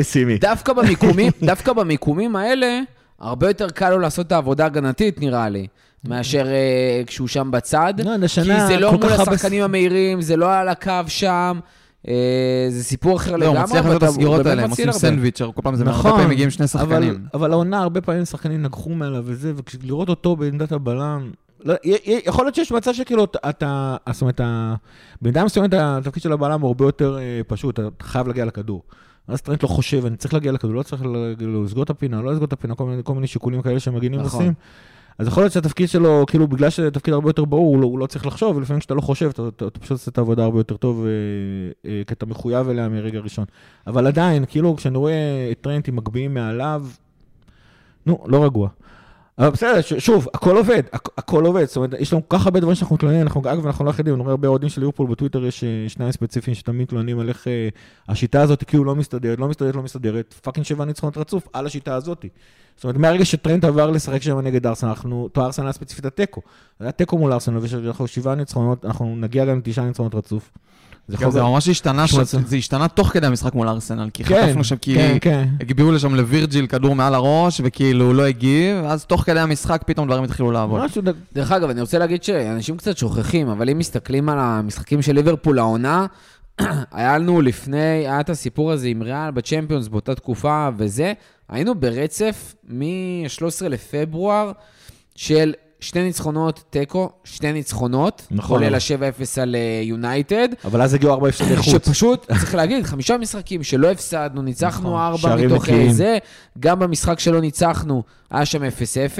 דווקא במיקומים האלה, הרבה יותר קל לו לעשות את העבודה הגנתית, נראה לי. מאשר כשהוא שם בצד, כי זה לא מול השחקנים המהירים, זה לא על הקו שם, זה סיפור אחר לגמרי. הוא מצליח לעשות את הסגירות האלה, הם עושים סנדוויץ', כל פעם זה הרבה פעמים מגיעים שני שחקנים. אבל העונה הרבה פעמים שחקנים נגחו מעלה וזה, ולראות אותו בעמדת הבלם, יכול להיות שיש מצב שכאילו אתה, זאת אומרת, בעמדה מסוימת התפקיד של הבלם הוא הרבה יותר פשוט, אתה חייב להגיע לכדור. אז טרנד לא חושב, אני צריך להגיע לכדור, לא צריך לסגור את הפינה, לא לסגור את הפינה, כל מיני שיקולים כאלה שמגינים עושים. אז יכול להיות שהתפקיד שלו, כאילו בגלל שהתפקיד הרבה יותר ברור, הוא לא צריך לחשוב, ולפעמים כשאתה לא חושב, אתה פשוט עושה את העבודה הרבה יותר טוב, כי אתה מחויב אליה מרגע ראשון. אבל עדיין, כאילו כשאני רואה את טרנד עם מגביעים מעליו, נו, לא רגוע. אבל בסדר, שוב, הכל עובד, זאת אומרת, יש לנו כל כך הרבה דברים שאנחנו מתלוננים, אגב, אנחנו לא יחידים, אני רואה הרבה אוהדים של ליברפול בטוויטר, יש שניים ספציפיים שתמיד מתלוננים על איך השיטה הזאת כאילו לא מסתדרת, פאקינג 7 ניצחונות רצוף על השיטה הזאת. זאת אומרת, מהרגע שטרנט עבר לשחק שם נגד ארסנל, ארסנל ספציפית הטקו. זה היה טקו מול ארסנל, ואנחנו 7 ניצחונות, אנחנו נגיע גם 9 ניצחונות רצוף. זה ממש השתנה, זה השתנה תוך כדי המשחק מול ארסנל, כי חטפנו שם, כי הגביעו לשם לווירג'יל כדור מעל הראש, וכאילו לא הגיב, אז תוך כדי המשחק פתאום דברים התחילו לעבוד. דרך אגב, אני רוצה להגיד שאנשים קצת שוכחים, אבל אם מסתכלים על המשחקים של ליברפול העונה, היה לנו לפני, היה את הסיפור הזה עם ריאל בצ'מפיונס באותה תקופה וזה, היינו ברצף מ-13 לפברואר של 2 ניצחונות טקו, 2 ניצחונות, כולל ה-7-0 על יונייטד. אבל אז הגיעו 4 הפסדי חוץ. שפשוט, צריך להגיד, 5 משחקים שלא הפסדנו, ניצחנו 4 מתוך זה, גם במשחק שלא ניצחנו, היה שם 0-0,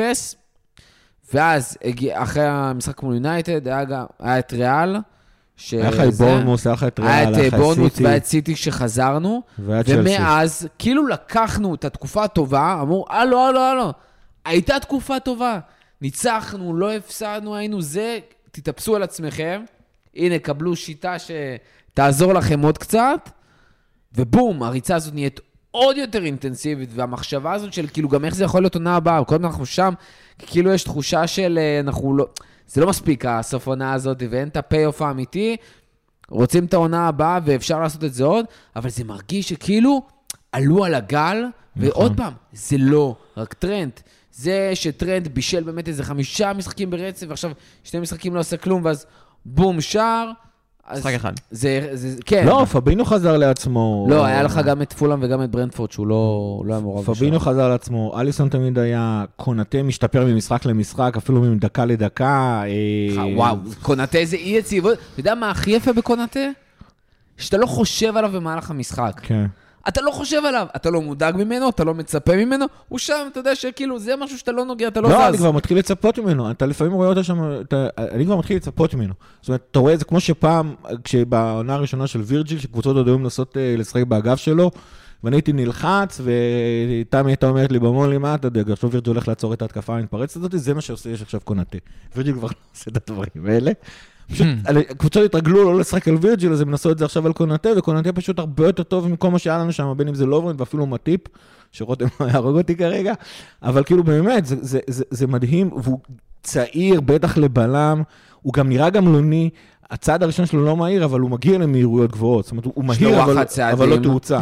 ואז אחרי המשחק מול יונייטד, היה את ריאל, היה לך את בורנמוס, היה לך את ריאל, היה את בורנמוס והיה את סיטי שחזרנו, ומאז, כאילו לקחנו את התקופה הטובה, אמרו, הלו, הייתה תקופה טובה, ניצחנו, לא הפסדנו, היינו זה, תתאפסו על עצמכם, הנה, קבלו שיטה שתעזור לכם עוד קצת, ובום, הריצה הזאת נהיית עוד יותר אינטנסיבית, והמחשבה הזאת של כאילו גם איך זה יכול להיות עונה הבאה, כל הזמן אנחנו שם, כאילו יש תחושה של אנחנו לא, זה לא מספיק הסוף עונה הזאת, ואין את הפי-אוף האמיתי, רוצים את העונה הבאה ואפשר לעשות את זה עוד, אבל זה מרגיש שכאילו עלו על הגל, ועוד פעם, זה לא רק טרנד, זה שטרנד בישל באמת איזה 5 משחקים ברצף, ועכשיו 2 משחקים לא עושה כלום, ואז בום שער. משחק אחד. כן. לא, פבינו חזר לעצמו. לא, היה לך גם את פולאם וגם את ברנדפורד, שהוא לא היה מעורב. פבינו חזר לעצמו, אליסון תמיד היה קונטה משתפר ממשחק למשחק, אפילו מדקה לדקה. וואו, קונטה זה אי יציבות. אתה יודע מה הכי יפה בקונטה? שאתה לא חושב עליו במהלך המשחק. כן. אתה לא חושב עליו, אתה לא מודאג ממנו, אתה לא מצפה ממנו, הוא שם, אתה יודע שכאילו זה משהו שאתה לא נוגע, אתה לא זז. לא, אני כבר מתחיל לצפות ממנו, אתה לפעמים רואה אותה שם, אני כבר מתחיל לצפות ממנו. זאת אומרת, אתה רואה את זה כמו שפעם, כשבעונה הראשונה של וירג'יל, שקבוצות עוד היו מנסות לשחק באגף שלו, ואני הייתי נלחץ, ותמי הייתה אומרת לי, במון לי מה, אתה יודע, עכשיו וירג'יל הולך לעצור את ההתקפה המתפרצת הזאת, זה מה שעושה יש עכשיו קונטה. וירג'יל כבר לא עושה את הדברים האלה. פשוט, קבוצות התרגלו לא לשחק על וירג'יל, אז הם נסו את זה עכשיו על קונטה, וקונטה פשוט הרבה יותר טוב מכל מה שהיה לנו שם, בין אם זה לוברן ואפילו מטיפ, שרותם יהרוג אותי כרגע, אבל כאילו באמת, זה מדהים, והוא צעיר, בטח לבלם, הוא גם נראה גמלוני, הצעד הראשון שלו לא מהיר, אבל הוא מגיע למהירויות גבוהות, זאת אומרת, הוא מהיר, אבל לא תאוצה.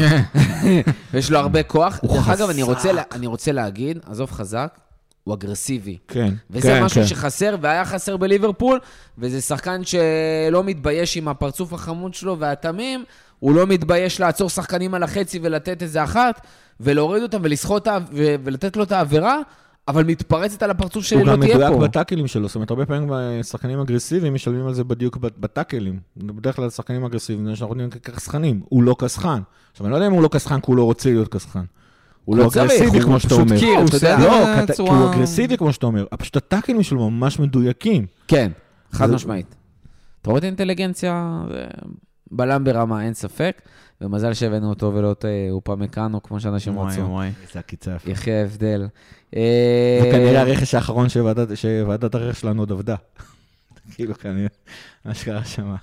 ויש לו הרבה כוח. דרך אגב, אני רוצה להגיד, עזוב חזק, הוא אגרסיבי. כן. וזה משהו שחסר, והיה חסר בליברפול, וזה שחקן שלא מתבייש עם הפרצוף החמוד שלו והתמים, הוא לא מתבייש לעצור שחקנים על החצי ולתת איזה אחת, ולהוריד אותם ולסחוט ולתת לו את העבירה, אבל מתפרצת על הפרצוף שלי לא תהיה פה. הוא גם מדויק בטאקלים שלו, זאת אומרת, הרבה פעמים שחקנים אגרסיביים משלמים על זה בדיוק בטאקלים. בדרך כלל שחקנים אגרסיביים, שאנחנו יודעים ככסחנים, הוא לא כסחן. עכשיו, אני לא יודע אם הוא לא כסחן, כי הוא לא רוצה להיות כסחן. הוא לא אגרסיבי, כמו שאתה אומר. לא, כי הוא אגרסיבי, כמו שאתה אומר. פשוט הטאקלים שלו ממש מדויקים. כן, חד משמעית. אתה רואה את האינטליגנציה? בלם ברמה, אין ספק. ומזל שהבאנו אותו ולא את אופמקאנו, כמו שאנשים רצו. זה הקיצף. יחיה הבדל. וכנראה הרכש האחרון שוועדת הרכש שלנו עוד עבדה. כאילו כנראה, מה שקרה שמה.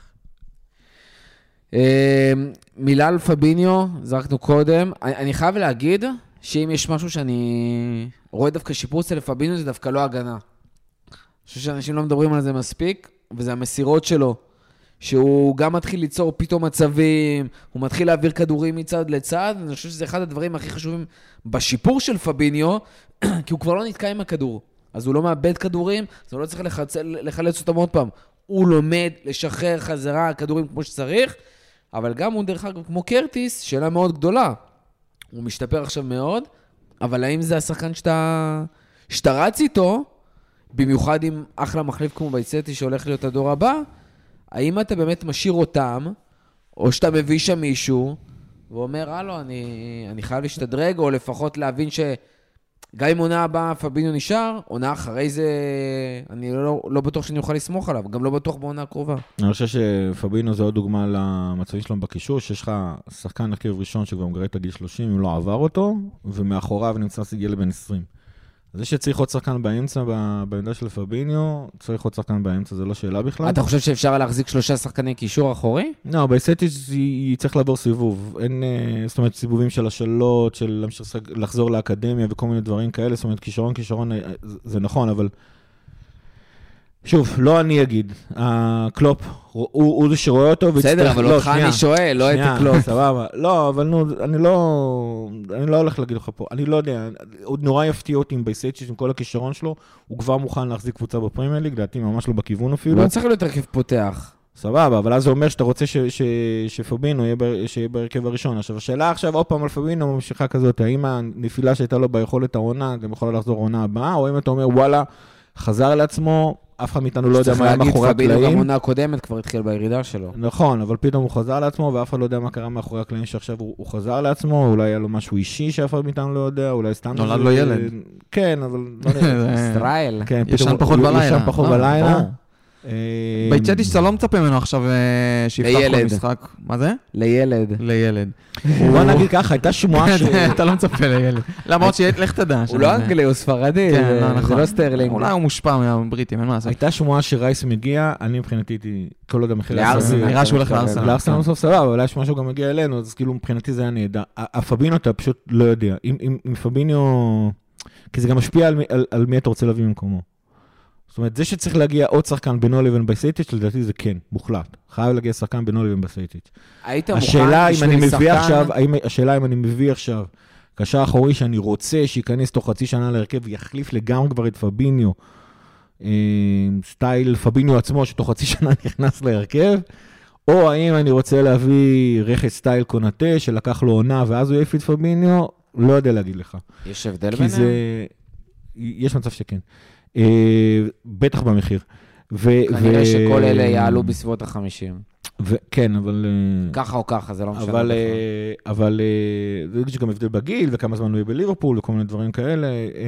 מילה על פביניו, זרקנו קודם. אני חייב להגיד שאם יש משהו שאני רואה דווקא שיפור אצל פביניו, זה דווקא לא הגנה. אני חושב שאנשים לא מדברים על זה מספיק, וזה המסירות שלו. שהוא גם מתחיל ליצור פתאום מצבים, הוא מתחיל להעביר כדורים מצד לצד, אני חושב שזה אחד הדברים הכי חשובים בשיפור של פביניו, כי הוא כבר לא נתקע עם הכדור. אז הוא לא מאבד כדורים, אז הוא לא צריך לחלץ אותם עוד פעם. הוא לומד לשחרר חזרה כדורים כמו שצריך, אבל גם הוא דרך אגב כמו קרטיס, שאלה מאוד גדולה. הוא משתפר עכשיו מאוד, אבל האם זה השחקן שאתה רץ איתו, במיוחד עם אחלה מחליף כמו בייצטי שהולך להיות הדור הבא, האם אתה באמת משאיר אותם, או שאתה מביא שם מישהו, ואומר, הלו, אני חייב להשתדרג, או לפחות להבין שגם אם עונה הבאה פביניו נשאר, עונה אחרי זה, אני לא בטוח שאני אוכל לסמוך עליו, גם לא בטוח בעונה הקרובה. אני חושב שפביניו זה עוד דוגמה למצבים שלו בקישור, שיש לך שחקן הרכב ראשון שכבר מגרד את הגיל 30, אם לא עבר אותו, ומאחוריו נמצא סיגל בן 20. זה שצריך עוד שחקן באמצע, בעמדה של פביניו, צריך עוד שחקן באמצע, זה לא שאלה בכלל. אתה חושב שאפשר להחזיק 3 שחקני קישור אחורי? לא, בסטיץ' היא צריך לעבור סיבוב. אין, זאת אומרת, סיבובים של השאלות, של לחזור לאקדמיה וכל מיני דברים כאלה, זאת אומרת, כישרון, זה נכון, אבל שוב, לא אני אגיד, הקלופ, הוא זה שרואה אותו, בסדר, אבל אותך אני שואל, לא את הקלופ. סבבה, לא, אבל נו, אני לא הולך להגיד לך פה, אני לא יודע, הוא נורא יפתיע אותי עם בייסייצ'יץ' עם כל הכישרון שלו, הוא כבר מוכן להחזיק קבוצה בפרמייר ליג, לדעתי ממש לא בכיוון אפילו. לא צריך להיות הרכב פותח. סבבה, אבל אז זה אומר שאתה רוצה שפבינו שיהיה בהרכב הראשון. עכשיו, השאלה עכשיו עוד פעם על פבינו ממשיכה כזאת, האם הנפילה שהייתה לו ביכולת העונה, גם יכולה לחזור העונה הבאה, או אם אתה אומר, וואלה, חזר לעצמו, אף אחד מאיתנו לא יודע מה היה מאחורי הקלעים. פבינו גם עונה הקודמת כבר התחיל בירידה שלו. נכון, אבל פתאום הוא חזר לעצמו, ואף אחד לא יודע מה קרה מאחורי הקלעים שעכשיו הוא חזר לעצמו, אולי היה לו משהו אישי שאף אחד מאיתנו לא יודע, אולי סתם... נולד לו ילד. כן, אבל... ישראל. ישן פחות בלילה. ישן פחות בלילה. בייצ'טיש אתה לא מצפה ממנו עכשיו שיפתח כל משחק. מה זה? לילד. בוא נגיד ככה, הייתה שמועה ש... אתה לא מצפה לילד. למרות לך תדע. הוא לא אנגלי, הוא ספרדי. זה לא סטרלינג. אולי הוא מושפע מהבריטים, אין מה לעשות. הייתה שמועה שרייס מגיע, אני מבחינתי הייתי כל עוד המחיר... לארסנל. נראה שהוא הולך לארסנל. לארסנל בסוף סבבה, אבל אולי שמשהו גם מגיע אלינו, אז כאילו מבחינתי זה היה נהדר. הפבינו אתה פשוט לא יודע. אם פביניו... כי זה גם משפיע על מי אתה רוצה להביא ממקומו. זאת אומרת, זה שצריך להגיע עוד שחקן בינו לבין בייסייטיץ', לדעתי זה כן, מוחלט. חייב להגיע שחקן בינו לבין בייסייטיץ'. היית מוכן בשביל שחקן? השאלה אם אני מביא עכשיו, קשר אחורי שאני רוצה שייכנס תוך חצי שנה להרכב ויחליף לגמרי כבר את פביניו, סטייל פביניו עצמו שתוך חצי שנה נכנס להרכב, או האם אני רוצה להביא רכס סטייל קונטה שלקח לו עונה ואז הוא יפיד פביניו, לא יודע להגיד לך. יש הבדל ביניהם? יש מצב שכן. בטח במחיר. כנראה שכל אלה יעלו בסביבות ה-50. כן, אבל... ככה או ככה, זה לא משנה. אבל זה גם הבדל בגיל, וכמה זמן הוא יהיה בליברפול, וכל מיני דברים כאלה,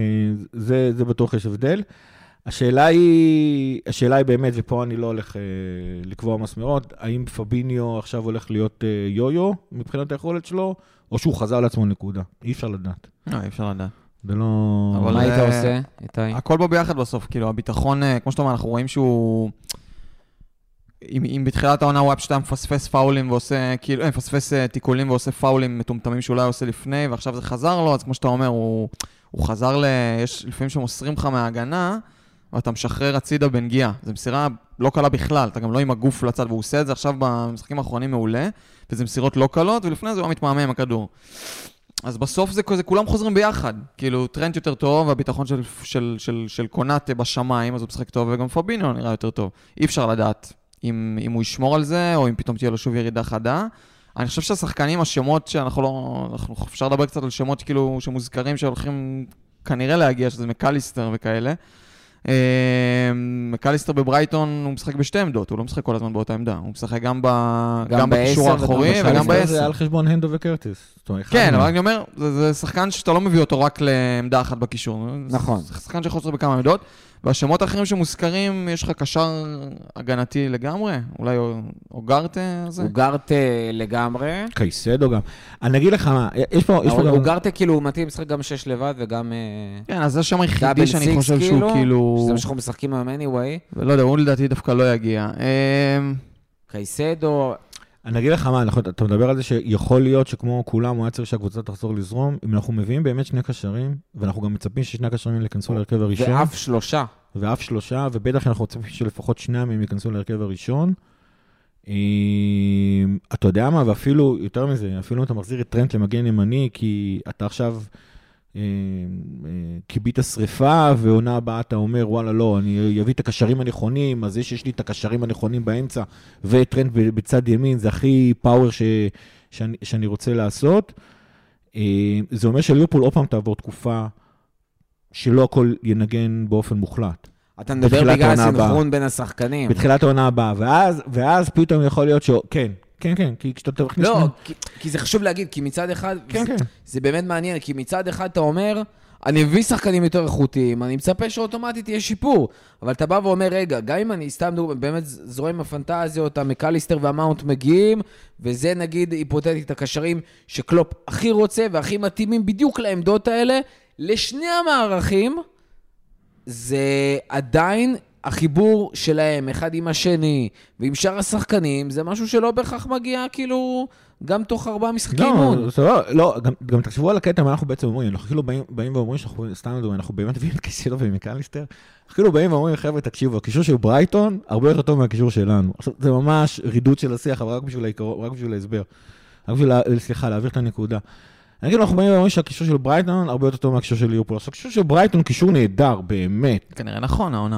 זה בטוח יש הבדל. השאלה היא באמת, ופה אני לא הולך לקבוע מסמרות, האם פביניו עכשיו הולך להיות יו-יו מבחינת היכולת שלו, או שהוא חזר לעצמו נקודה. אי אפשר לדעת. אי אפשר לדעת. זה לא... מה היית עושה, איתי? הכל בו ביחד בסוף, כאילו, הביטחון, כמו שאתה אומר, אנחנו רואים שהוא... אם בתחילת העונה הוא היה פשוט מפספס פאולים ועושה, כאילו, מפספס תיקולים ועושה פאולים מטומטמים שאולי עושה לפני, ועכשיו זה חזר לו, אז כמו שאתה אומר, הוא חזר יש לפעמים שמוסרים לך מההגנה, ואתה משחרר הצידה בנגיעה. זו מסירה לא קלה בכלל, אתה גם לא עם הגוף לצד, והוא עושה את זה עכשיו במשחקים האחרונים מעולה, וזה מסירות לא קלות, ולפני זה הוא מתמהמה עם הכדור. אז בסוף זה כולם חוזרים ביחד, כאילו טרנד יותר טוב, והביטחון של קונאטה בשמיים, אז הוא משחק טוב, וגם פביניו נראה יותר טוב. אי אפשר לדעת אם הוא ישמור על זה, או אם פתאום תהיה לו שוב ירידה חדה. אני חושב שהשחקנים, השמות שאנחנו לא... אפשר לדבר קצת על שמות כאילו שמוזכרים, שהולכים כנראה להגיע, שזה מקליסטר וכאלה. מקליסטר בברייטון הוא משחק בשתי עמדות, הוא לא משחק כל הזמן באותה עמדה, הוא משחק גם בקישור האחורי וגם ב-10. זה על חשבון הנדו וקרטיס. כן, אבל אני אומר, זה שחקן שאתה לא מביא אותו רק לעמדה אחת בקישור. נכון. זה שחקן שיכול לשחק בכמה עמדות, והשמות האחרים שמוזכרים, יש לך קשר הגנתי לגמרי, אולי אוגרטה הזה? אוגרטה לגמרי. קייסדו גם. אני אגיד לך מה, יש פה גם... אוגרטה כאילו הוא מתאים לשחק גם 6 לבד וגם... כן, אז זה השם היחידי שאני חושב שהוא כאילו... שזה מה שאנחנו משחקים היום anyway. ולא יודע, הוא לדעתי דווקא לא יגיע. קייסדו... אני אגיד לך מה, אתה מדבר על זה שיכול להיות שכמו כולם, הוא היה צריך שהקבוצה תחזור לזרום, אם אנחנו מביאים באמת 2 קשרים, ואנחנו גם מצפים ששני הקשרים ייכנסו להרכב הראשון. ואף 3. ובטח אנחנו רוצים שלפחות 2 מהם ייכנסו להרכב הראשון. אתה יודע מה, ואפילו, יותר מזה, אפילו אתה מחזיר את טרנט למגן ימני, כי אתה עכשיו קיבית השריפה, ועונה הבאה אתה אומר, וואלה לא, אני אביא את הקשרים הנכונים, אז זה שיש לי את הקשרים הנכונים באמצע, וטרנט בצד ימין, זה הכי פאוור שאני רוצה לעשות. זה אומר שליברפול עוד פעם תעבור תקופה, שלא הכל ינגן באופן מוחלט. אתה מדבר בגלל הסנכרון בין השחקנים. בתחילת העונה הבאה, ואז פתאום יכול להיות כן, כי כשאתה תכניס... לא, כי זה חשוב להגיד, כי מצד אחד, זה באמת מעניין, כי מצד אחד אתה אומר, אני מביא שחקנים יותר איכותיים, אני מצפה שאוטומטית יהיה שיפור, אבל אתה בא ואומר, רגע, גם אם אני סתם באמת זורם הפנטזיות, המקליסטר והמאונט מגיעים, וזה נגיד היפותטית הקשרים שקלופ הכי רוצה והכי מתאימים בדיוק לעמדות האלה, לשני המערכים, זה עדיין החיבור שלהם, אחד עם השני, ועם שאר השחקנים, זה משהו שלא בהכרח מגיע, כאילו, גם תוך 4 משחקים אימון. לא, גם תחשבו על הקטע, מה אנחנו בעצם אומרים, אנחנו כאילו באים ואומרים שאנחנו סתם מדברים, אנחנו באמת מביאים את קייסילו ומקליסטר, אנחנו כאילו באים ואומרים, חבר'ה, תקשיבו, הקישור של ברייטון, הרבה יותר טוב מהקישור שלנו. עכשיו, זה ממש רידוד של השיח, אבל רק בשביל להסבר. רק בשביל, סליחה, להעביר את הנקודה. אני אגיד, אנחנו באים ואומרים שהקישור של ברייטון הרבה יותר טוב מהקישור של ליברפול. עכשיו, הקישור של ברייטון הוא קישור נהדר, באמת. כנראה נכון, העונה.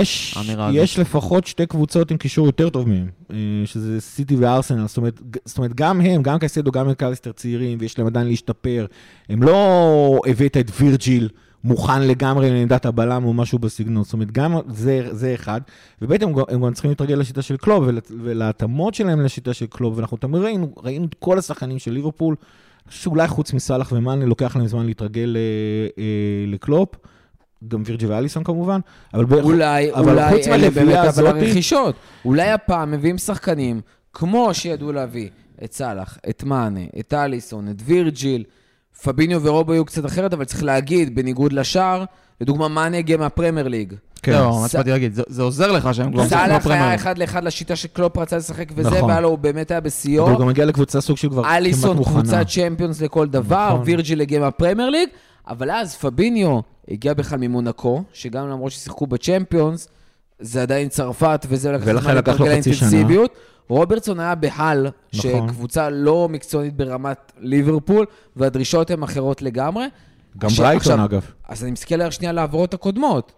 יש לפחות 2 קבוצות עם קישור יותר טוב מהם, שזה סיטי וארסנל, זאת אומרת, גם הם, גם קייסדו, גם מקליסטר צעירים, ויש להם עדיין להשתפר. הם לא הבאת את וירג'יל מוכן לגמרי לעמדת הבלם או משהו בסגנון, זאת אומרת, גם זה אחד, ובעצם הם גם צריכים להתרגל לשיטה של קלופ, ולהתאמות שלהם לשיטה של קלופ, ואנחנו תמיד ראינו את כל השחקנים של ליברפול, שאולי חוץ מסלח ומאני לוקח להם זמן להתרגל לקלופ, גם וירג'י ואליסון כמובן, אולי אלה באמת אבל הרכישות, אולי הפעם מביאים שחקנים, כמו שידעו להביא את סלח, את מאני, את אליסון, את וירג'יל, פביניו ורובו יהיו קצת אחרת, אבל צריך להגיד, בניגוד לשאר, לדוגמה מאני הגיע מהפרמייר ליג. לא, מה צפתי להגיד, זה עוזר לך שהם כבר משחקים בפרמייר. סלח היה 1-1 לשיטה שקלופ רצה לשחק וזה, והוא באמת היה בסיור. אבל הוא גם הגיע לקבוצה סוג של כבר כמעט מוכנה. אליסון קבוצת צ'מפיונס לכל דבר, וירג'יל הגיע מהפרמייר ליג, אבל אז פביניו הגיע בכלל ממונקו, שגם למרות ששיחקו בצ'מפיונס, זה עדיין צרפת, וזה לקח לו חצי שנה. רוברטסון היה בהל, שקבוצה לא מקצוענית ברמת ליברפול, והדרישות הן אחרות לגמרי. גם ברייטון אגב. אז אני מסתכל שנייה לעברות הקודמות.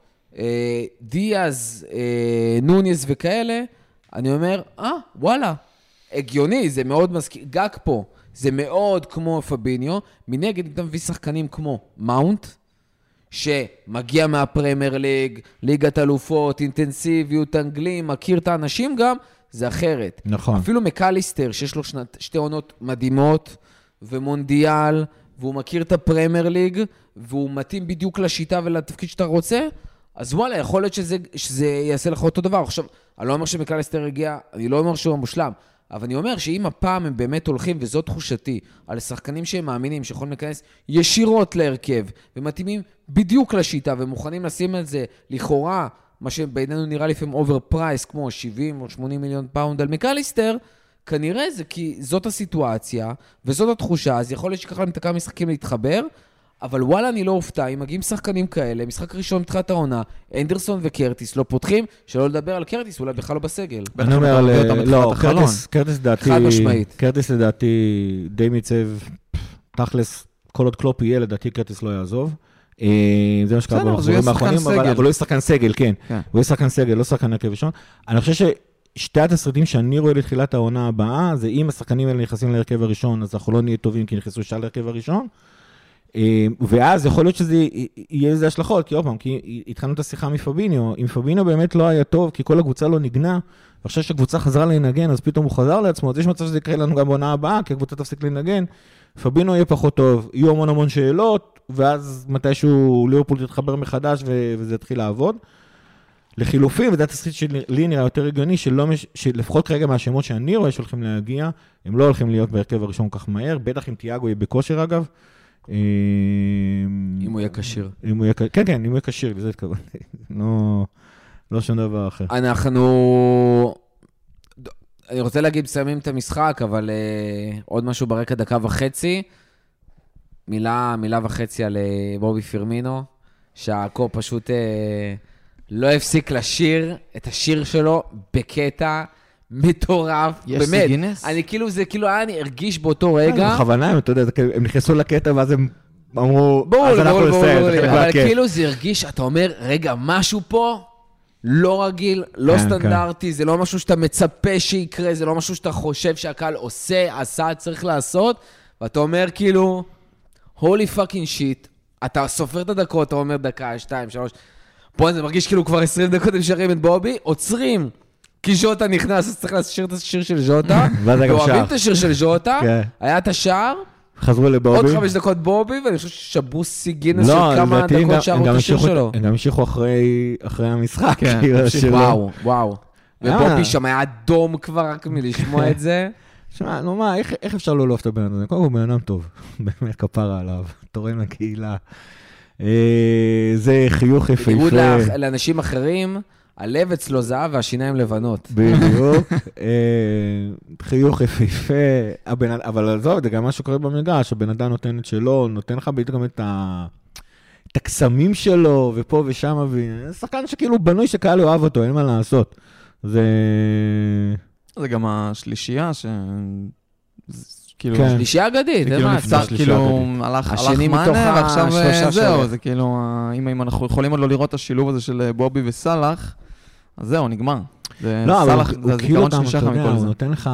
דיאז, נוניס וכאלה, אני אומר, וואלה, הגיוני, זה מאוד מזכיר, גג פה, זה מאוד כמו פביניו, מנגד אתה מביא שחקנים כמו מאונט, שמגיע מהפרמייר ליג, ליגת אלופות, אינטנסיביות, אנגלים, מכיר את האנשים גם, זה אחרת. נכון. אפילו מקליסטר, שיש לו 2 עונות מדהימות, ומונדיאל, והוא מכיר את הפרמייר ליג, והוא מתאים בדיוק לשיטה ולתפקיד שאתה רוצה, אז וואלה, יכול להיות שזה יעשה לך אותו דבר. עכשיו, אני לא אומר שמקליסטר הגיע, אני לא אומר שהוא המושלם, אבל אני אומר שאם הפעם הם באמת הולכים, וזאת תחושתי, על שחקנים שהם מאמינים שיכולים להיכנס ישירות להרכב, ומתאימים בדיוק לשיטה, ומוכנים לשים את זה לכאורה, מה שבינינו נראה לפעמים אובר פרייס, כמו 70 או 80 מיליון פאונד על מקליסטר, כנראה זה כי זאת הסיטואציה, וזאת התחושה, אז יכול להיות שככה להם כמה משחקים להתחבר, אבל וואלה, אני לא אופתע, אם מגיעים שחקנים כאלה, משחק ראשון בתחילת העונה, אנדרסון וקרטיס לא פותחים, שלא לדבר על קרטיס, אולי בכלל לא בסגל. אני אומר, לא, קרטיס לדעתי די מיצב, תכלס, כל עוד קלופ יהיה, לדעתי קרטיס לא יעזוב. זה מה שקרה במחזורים האחרונים, אבל הוא לא ישחקן סגל, כן. הוא ישחקן סגל, לא שחקן הרכב ראשון. אני חושב ששתי התסריטים שאני רואה לתחילת העונה הבאה, זה אם השחקנים האלה נכנסים להרכב הראשון, אז אנחנו לא נהיה טובים כי נכנסו ישר להרכב הראשון, ואז יכול להיות שזה יהיה איזה השלכות, כי עוד פעם, כי התחלנו את השיחה מפביניו, אם פביניו באמת לא היה טוב, כי כל הקבוצה לא נגנה, ועכשיו שהקבוצה חזרה לנגן, אז פתאום הוא חזר לעצמו, אז יש מצב שזה יקרה לנו גם בעונה הבאה, כי הקבוצה תפסיק לנגן, פביניו יהיה פחות טוב, יהיו המון שאלות, ואז מתישהו ליברפול תתחבר מחדש, וזה יתחיל לעבוד. לחילופים, וזה התסריט שלי נראה יותר הגיוני, שלפחות כרגע מהשמות שאני רואה שהולכים להגיע, הם לא הולכים להיות בהרכב הראשון כך מהר, בטח אם תיאגו יהיה בכושר אגב, אם הוא יהיה קשיר. כן, אם הוא יהיה קשיר, וזה התכוונתי. לא שום דבר אחר. אני רוצה להגיד, מסיימים את המשחק, אבל עוד משהו ברקע 1.5 דקות, מילה וחצי על בובי פירמינו, שהקו פשוט לא הפסיק לשיר את השיר שלו בקטע מטורף, באמת. אני כאילו, זה כאילו היה, אני הרגיש באותו רגע. בכוונה, אתה יודע, הם נכנסו לקטע ואז הם אמרו, אז אנחנו נסיים. אבל כאילו זה הרגיש, אתה אומר, רגע, משהו פה לא רגיל, לא סטנדרטי, זה לא משהו שאתה מצפה שיקרה, זה לא משהו שאתה חושב שהקהל עשה, צריך לעשות, ואתה אומר כאילו, holy fucking shit, אתה סופר את הדקות, אתה אומר דקה, 2, 3, פה זה מרגיש כאילו כבר 20 דקות הם שרים את בובי, עוצרים. כי ז'וטה נכנס, אז צריך לשיר את השיר של ז'וטה. ואוהבים את השיר של ז'וטה, היה את השער. חזרו לבובי. עוד 5 דקות בובי, ואני חושב ששבוסי גינס של כמה דקות שרו את השיר שלו. הם גם המשיכו אחרי המשחק. וואו. ובובי שם היה אדום כבר רק מלשמוע את זה. שמע, נו מה, איך אפשר לא לאהוב את הבן אדם? קודם כל בן אדם טוב. באמת כפרה עליו. תורם לקהילה. זה חיוך יפהפה. בניגוד לאנשים אחרים, הלב אצלו זהב והשיניים לבנות. בדיוק. חיוך יפהפה, אבל עזוב, זה גם מה שקורה במגרש, הבן אדם נותן את שלו, נותן לך בדיוק גם את הקסמים שלו, ופה ושם, ושחקן שכאילו בנוי שקהל אוהב אותו, אין מה לעשות. זה גם השלישייה כאילו... שלישייה אגדית, זה מה? כאילו, הלך מנה, ועכשיו זהו, זה כאילו, אם אנחנו יכולים עוד לא לראות את השילוב הזה של בובי וסלח, אז זהו, נגמר. לא, אבל הוא כאילו אתה יודע, הוא נותן לך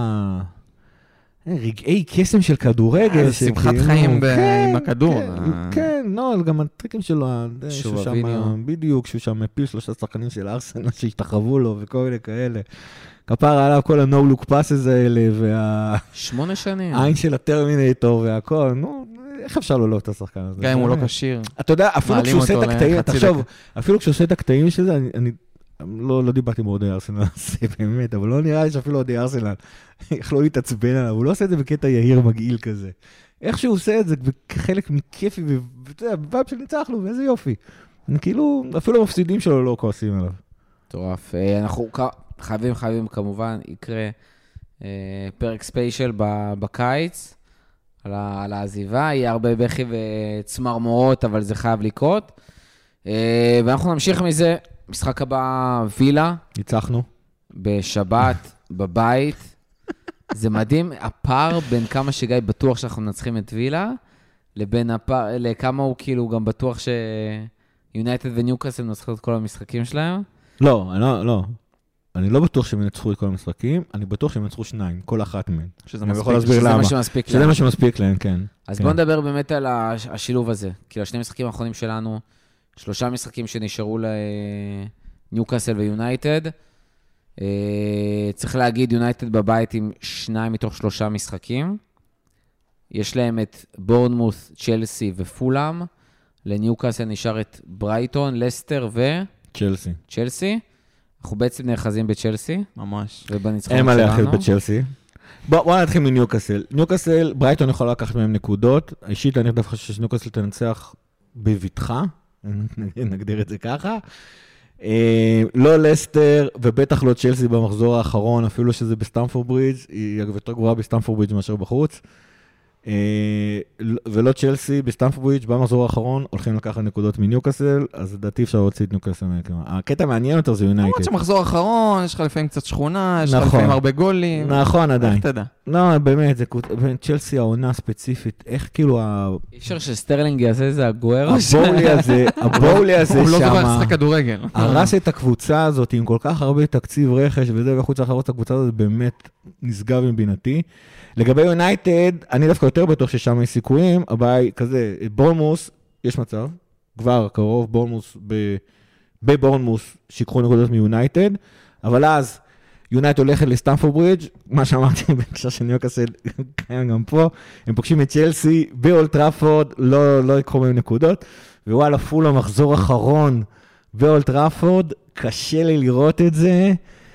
רגעי קסם של כדורגל. שמחת חיים עם הכדור. כן, לא, גם הטריקים שלו, בדיוק, שהוא שם מפיל 3 שחקנים של ארסנל שהשתחרבו לו וכל מיני כאלה. כפר עליו כל ה-no-look passes האלה, 8 שנים. העין של הטרמינטור והכל, נו, איך אפשר לא את השחקן הזה? גם אם הוא לא קשיר. אתה יודע, אפילו כשהוא עושה את הקטעים, תחשוב, אפילו כשהוא עושה את הקטעים של זה, אני לא דיברתי עם אוהדי ארסנל, זה באמת, אבל לא נראה לי שאפילו אוהדי ארסנל יכלו להתעצבן עליו, הוא לא עושה את זה בקטע יהיר מגעיל כזה. איך שהוא עושה את זה כחלק מכיפי, ואתה יודע, בבייב שניצחנו, ואיזה יופי. כאילו, אפילו המפסידים שלו לא כועסים עליו. טורף. אנחנו חייבים כמובן, יקרה פרק ספיישל בקיץ, על העזיבה, יהיה הרבה בכי וצמרמורות, אבל זה חייב לקרות. ואנחנו נמשיך מזה, משחק הבא וילה. ניצחנו. בשבת, בבית. זה מדהים, הפער בין כמה שגיא בטוח שאנחנו מנצחים את וילה, לבין לכמה הוא כאילו גם בטוח שיונייטד וניוקאסל מנצחים את כל המשחקים שלהם. לא. אני לא בטוח שהם ינצחו את כל המשחקים, אני בטוח שהם ינצחו 2, כל אחת מהם. שזה מה שמספיק להם, כן. אז בואו נדבר באמת על השילוב הזה. כאילו, השני משחקים האחרונים שלנו, 3 משחקים שנשארו לניוקאסל ויונייטד. צריך להגיד, יונייטד בבית עם 2 מתוך 3 משחקים. יש להם את בורנמות', צ'לסי ופולאם. לניוקאסל נשאר את ברייטון, לסטר צ'לסי. אנחנו בעצם נאחזים בצ'לסי. ממש. אין מה להאחז בצ'לסי. בואו נתחיל מניוקאסל. ניוקאסל, ברייטון יכול לקחת מהם נקודות. אישית, אני דווקא חושב שניוקאסל תנצח בביטחה. נגדיר את זה ככה. לא לסטר, ובטח לא צ'לסי במחזור האחרון, אפילו שזה בסטמפורד ברידג', היא יותר גבוהה בסטמפורד ברידג' מאשר בחוץ. ולא צ'לסי בסטמפורד ברידג' במחזור האחרון, הולכים לקחת נקודות מניוקאסל, אז לדעתי אפשר להוציא את ניוקאסל. הקטע מעניין יותר זה יונייטד. למרות שמחזור האחרון, יש לך לפעמים קצת שכונה, יש לך לפעמים הרבה גולים. נכון, עדיין. לא, באמת, צ'לסי העונה ספציפית, איך כאילו אי אפשר שסטרלינג יעשה איזה הגואר? הבולי הזה הוא לא זוכר לשחק כדורגל. הרס את הקבוצה הזאת עם כל כך הרבה תקציב רכש וזה, ואחוץ אחרות את הקבוצה הזאת באמת נשגב מבינתי. לגבי יונייטד, אני דווקא יותר בטוח ששם יש סיכויים, הבעיה היא כזה, בורנמוס, יש מצב, כבר קרוב, בבורנמוס שיקחו נקודות מיונייטד, אבל אז יונייטד הולכת לסטמפורד ברידג', מה שאמרתי בהקשר של ניוקאסל, קיים גם פה, הם פוגשים את צ'לסי באולד טראפורד, לא יקחו מהם נקודות, ווואלה, פול המחזור אחרון באולד טראפורד, קשה לי לראות את זה,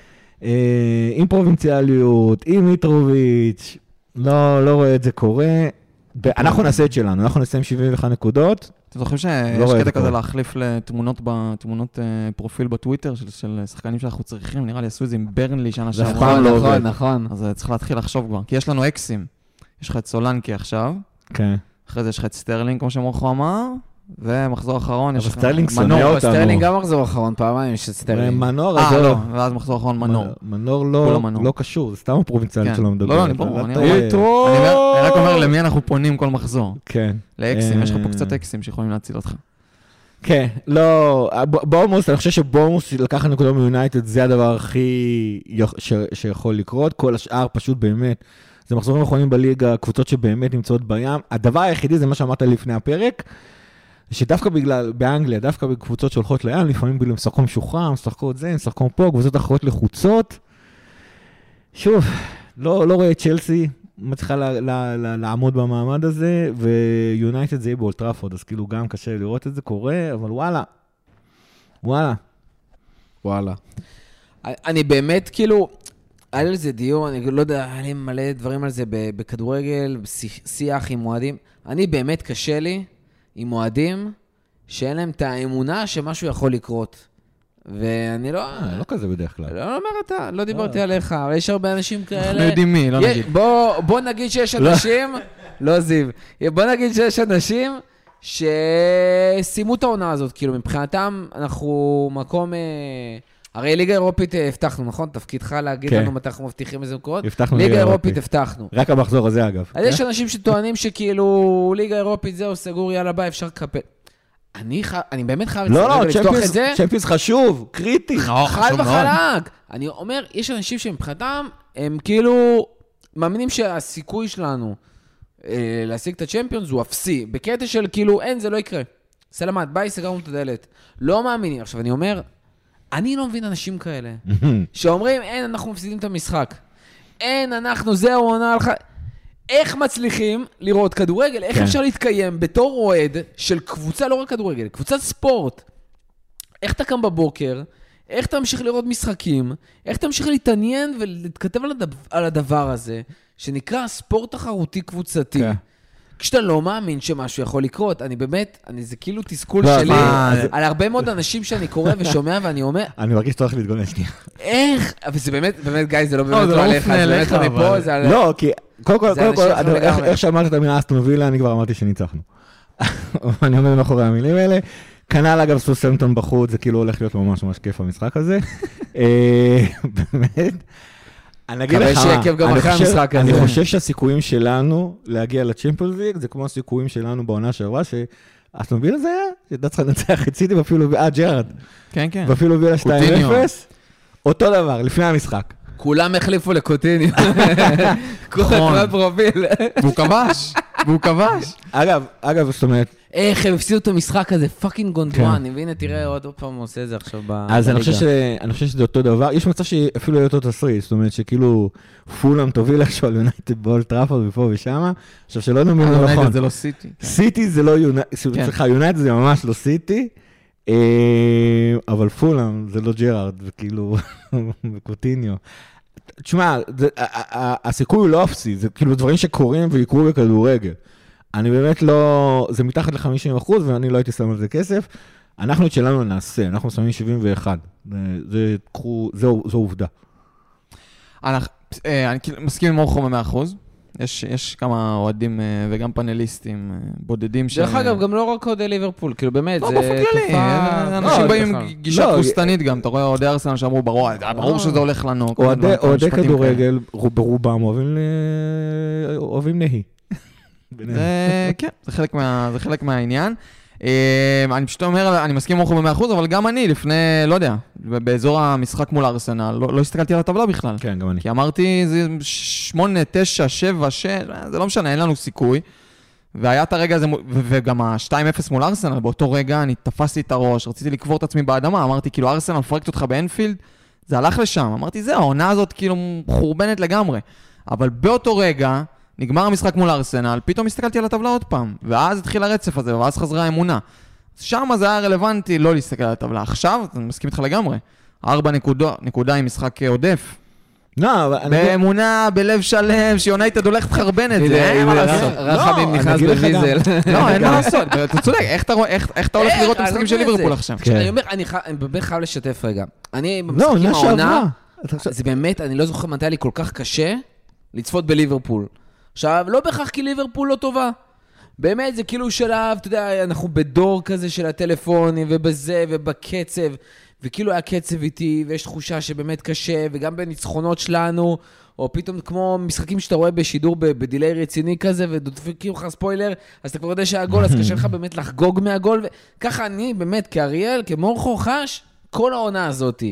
עם פרובינציאליות, עם מיטרוביץ', לא רואה את זה קורה. אנחנו נעשה את שלנו, אנחנו נסיים 71 נקודות. אתם זוכרים שיש קטע כזה להחליף לתמונות פרופיל בטוויטר של שחקנים שאנחנו צריכים, נראה לי עשו את זה עם ברנלי שנה שעברה. נכון. אז צריך להתחיל לחשוב כבר, כי יש לנו אקסים. יש לך את סולנקי עכשיו, אחרי זה יש לך את סטרלינג, כמו שמורכו אמר, ומחזור אחרון יש לך מנור. סטרלינג גם מחזור אחרון, פעמיים יש את סטרלינג. מנור, ואז מחזור אחרון מנור. מנור לא קשור, זה סתם הפרובינציאלית שלו מדבר. לא, אני רק אומר למי אנחנו פונים כל מחזור. כן. לאקסים, יש לך פה קצת אקסים שיכולים להציל אותך. כן, לא, בורנמוס, אני חושב שבורנמוס לקחת נקודות מיונייטד, זה הדבר הכי שיכול לקרות, כל השאר פשוט באמת, זה מחזורים האחרונים בליגה, קבוצות שבאמת נמצאות בים. הדבר היחידי זה מה שאמרת לפני הפרק, שדווקא באנגליה, דווקא בקבוצות שהולכות לים, לפעמים בגלל משחקות משוחרר, משחקות זה, משחקות פה, קבוצות אחרות לחוצות. שוב, לא רואה את צ'לסי, מצליחה לעמוד במעמד הזה, ויונייטד זה יהיה באולד טראפורד, אז כאילו גם קשה לראות את זה קורה, אבל וואלה. אני באמת כאילו, היה על זה דיון, אני לא יודע, היה לי מלא דברים על זה בכדורגל, שיח עם מועדים. אני באמת קשה לי עם מועדים שאין להם את האמונה שמשהו יכול לקרות. ואני לא... לא כזה בדרך כלל. לא אומר אתה, לא דיברתי עליך, אבל יש הרבה אנשים כאלה... אנחנו יודעים מי, לא נגיד. בוא נגיד שיש אנשים... לא זיו. בוא נגיד שיש אנשים שסיימו את העונה הזאת, כאילו מבחינתם אנחנו מקום... הרי ליגה אירופית הבטחנו, נכון? תפקידך להגיד לנו מתי אנחנו מבטיחים איזה מקורות? הבטחנו ליגה אירופית הבטחנו. רק המחזור הזה אגב. אז יש אנשים שטוענים שכאילו ליגה אירופית זהו סגור, יאללה ביי, אפשר לקפל. אני באמת חייב לפתוח את זה. צ'מפיונס חשוב, קריטי. חד וחלק. אני אומר, יש אנשים שמבחינתם, הם כאילו מאמינים שהסיכוי שלנו להשיג את הצ'מפיונס הוא אפסי. בקטע של כאילו, אין, זה לא יקרה. סלמת, ביי, סגרנו את הדלת. לא מאמינים. עכשיו, אני אומר, אני לא מבין אנשים כאלה, שאומרים, אין, אנחנו מפסידים את המשחק. אין, אנחנו, זהו, עונה לך. איך מצליחים לראות כדורגל? איך אפשר להתקיים בתור אוהד של קבוצה, לא רק כדורגל, קבוצת ספורט? איך אתה קם בבוקר? איך אתה ממשיך לראות משחקים? איך אתה ממשיך להתעניין ולהתכתב על הדבר הזה, שנקרא ספורט תחרותי קבוצתי? כשאתה לא מאמין שמשהו יכול לקרות, אני באמת, זה כאילו תסכול שלי, על הרבה מאוד אנשים שאני קורא ושומע ואני אומר... אני מרגיש שצריך להתגונן שנייה. איך? אבל זה באמת, גיא, זה לא באמת לא עליך, זה באמת לא מפה, זה על... לא, כי קודם כל, איך שאמרת את המילה אסטון וילה, אני כבר אמרתי שניצחנו. אני אומר מאחורי המילים האלה. כנ"ל אגב סאות'המפטון בחוץ, זה כאילו הולך להיות ממש ממש כיף המשחק הזה. באמת. אני אגיד לך, אני חושב שהסיכויים שלנו להגיע לצ'מפיונס ליג, זה כמו הסיכויים שלנו בעונה שעברה, שאסטון וילה זה היה, שאתה צריך לנצח את סיטי ואפילו ג'רארד. כן, כן. ואפילו וילה 2-0. אותו דבר, לפני המשחק. כולם החליפו לקוטיניו. כולם פרופיל. והוא כבש. אגב, זאת אומרת... איך הם הפסידו את המשחק הזה, פאקינג גונדואן, והנה תראה עוד פעם הוא עושה את זה עכשיו בליגה. אז אני חושב שזה אותו דבר, יש מצב שאפילו יהיה אותו תסריט, זאת אומרת שכאילו פולאם תוביל עכשיו על יונייטד באולד טראפורד ופה ושמה, עכשיו שלא נאמין לא נכון. יונייטד זה לא סיטי. סיטי זה לא יונייטד, סליחה, יונייטד זה ממש לא סיטי, אבל פולאם זה לא ג'רארד, וכאילו, וקוטיניו. תשמע, הסיכוי הוא לא אפסי, זה כאילו דברים שקורים ויקרו בכדורגל. אני באמת לא, זה מתחת ל-50% ואני לא הייתי שם על זה כסף. אנחנו את שלנו נעשה, אנחנו שמים 71. זו עובדה. אני מסכים עם אורחו ב-100%. יש כמה אוהדים וגם פאנליסטים בודדים דרך אגב, גם לא רק אוהדי ליברפול, כאילו באמת, זה תופעה... אנשים באים עם גישה תבוסתנית גם, אתה רואה אוהדי ארסנל שאמרו, ברור שזה הולך לנו. אוהדי כדורגל, ברובם אוהבים נהי. כן, זה חלק מהעניין. אני פשוט אומר, אני מסכים עם ב-100%, אבל גם אני לפני, לא יודע, באזור המשחק מול ארסנל, לא הסתכלתי על הטבלה בכלל. כן, גם אני. כי אמרתי, זה 8, 9, 7, 6, זה לא משנה, אין לנו סיכוי. והיה את הרגע הזה, וגם ה-2-0 מול ארסנל, באותו רגע אני תפסתי את הראש, רציתי לקבור את עצמי באדמה, אמרתי, כאילו, ארסנל מפרקת אותך באנפילד, זה הלך לשם. אמרתי, זה, העונה הזאת כאילו חורבנת לגמרי. אבל באותו רגע, נגמר המשחק מול ארסנל, פתאום הסתכלתי על הטבלה עוד פעם, ואז התחיל הרצף הזה, ואז חזרה האמונה. שם זה היה רלוונטי לא להסתכל על הטבלה. עכשיו, אני מסכים איתך לגמרי. 4 נקודה עם משחק עודף. באמונה, בלב שלם, שיונייטד הולכת חרבן את זה, אין מה לעשות. רחמים נכנס בוויזל. לא, אין מה לעשות. אתה צודק, איך אתה הולך לראות את המשחקים של ליברפול עכשיו? אני אומר, אני באמת חייב לשתף רגע. אני במשחקים העונה, זה באמת, אני לא זוכר מתי לי כל כך קשה לצפות בליברפול. עכשיו, לא בכך כי ליברפול לא טובה. באמת, זה כאילו שלב, אתה יודע, אנחנו בדור כזה של הטלפונים, ובזה, ובקצב, וכאילו היה קצב איתי, ויש תחושה שבאמת קשה, וגם בניצחונות שלנו, או פתאום כמו משחקים שאתה רואה בשידור בדילי רציני כזה, ודופקים לך ספוילר, אז אתה כבר יודע שהגול, אז קשה לך באמת לחגוג מהגול, וככה אני באמת, כאריאל, כמורחו חש, כל העונה הזאת.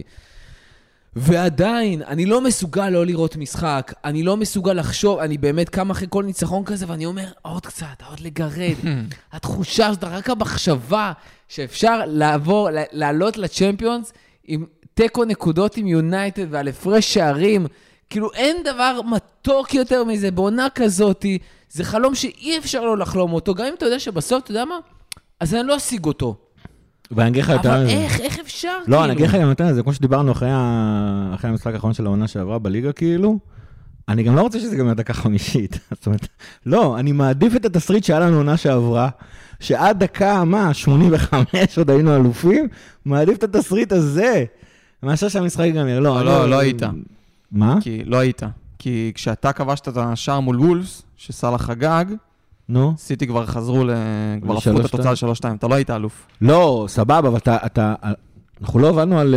ועדיין, אני לא מסוגל לא לראות משחק, אני לא מסוגל לחשוב, אני באמת קם אחרי כל ניצחון כזה, ואני אומר, עוד קצת, עוד לגרד. התחושה הזאת, רק המחשבה שאפשר לעלות לצ'מפיונס עם טקו נקודות עם יונייטד ועל הפרש שערים, כאילו אין דבר מתוק יותר מזה, בעונה כזאת, זה חלום שאי אפשר לא לחלום אותו, גם אם אתה יודע שבסוף, אתה יודע מה? אז אני לא אשיג אותו. ואני אגיד לך יותר... אבל איך אפשר? לא, אני אגיד לך יותר, זה כמו שדיברנו אחרי המשחק האחרון של העונה שעברה בליגה, כאילו, אני גם לא רוצה שזה גם הדקה 50. זאת אומרת, לא, אני מעדיף את התסריט שהיה לנו עונה שעברה, שעד דקה, 85 עוד היינו אלופים, מעדיף את התסריט הזה. מאשר שהמשחק ייגמר. לא היית. מה? כי לא היית. כי כשאתה כבשת את השער מול וולפס, שסלח חגג, סיטי כבר חזרו, כבר הפכו את התוצאה ל-3-2. אתה לא היית אלוף. לא, סבבה, אבל אתה... אנחנו לא עבדנו על...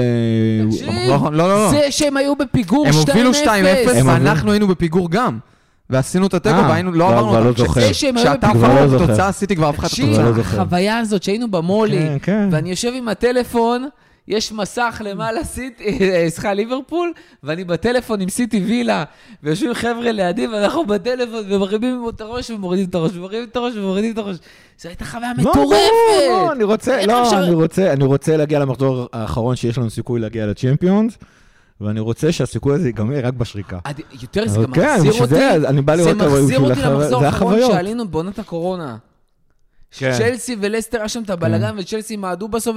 לא. זה שהם היו בפיגור 2-0. הם הובילו 2-0, ואנחנו היינו בפיגור גם. ועשינו את הטקו, לא עברנו אותם. כשאתה הפכו את התוצאה, סיטי כבר הפכה את התוצאה. החוויה הזאת שהיינו במולי, ואני יושב עם הטלפון, יש מסך למעלה סיטי, סליחה, ליברפול, ואני בטלפון עם סיטי וילה, ויושבים חבר'ה לידי, ואנחנו בטלפון, ומרימים את הראש, ומורידים את הראש, ומורידים את הראש, ומורידים את הראש. זו הייתה חוויה מטורפת. אני רוצה להגיע למחזור האחרון, שיש לנו סיכוי להגיע לצ'מפיונס, ואני רוצה שהסיכוי הזה ייגמר רק בשריקה. יותר זה גם מחזיר אותי, זה מחזיר אותי למחזור האחרון שעלינו בעונת הקורונה. צ'לסי ולסטר היה שם את הבלגן, וצ'לסי מעדו בסוף,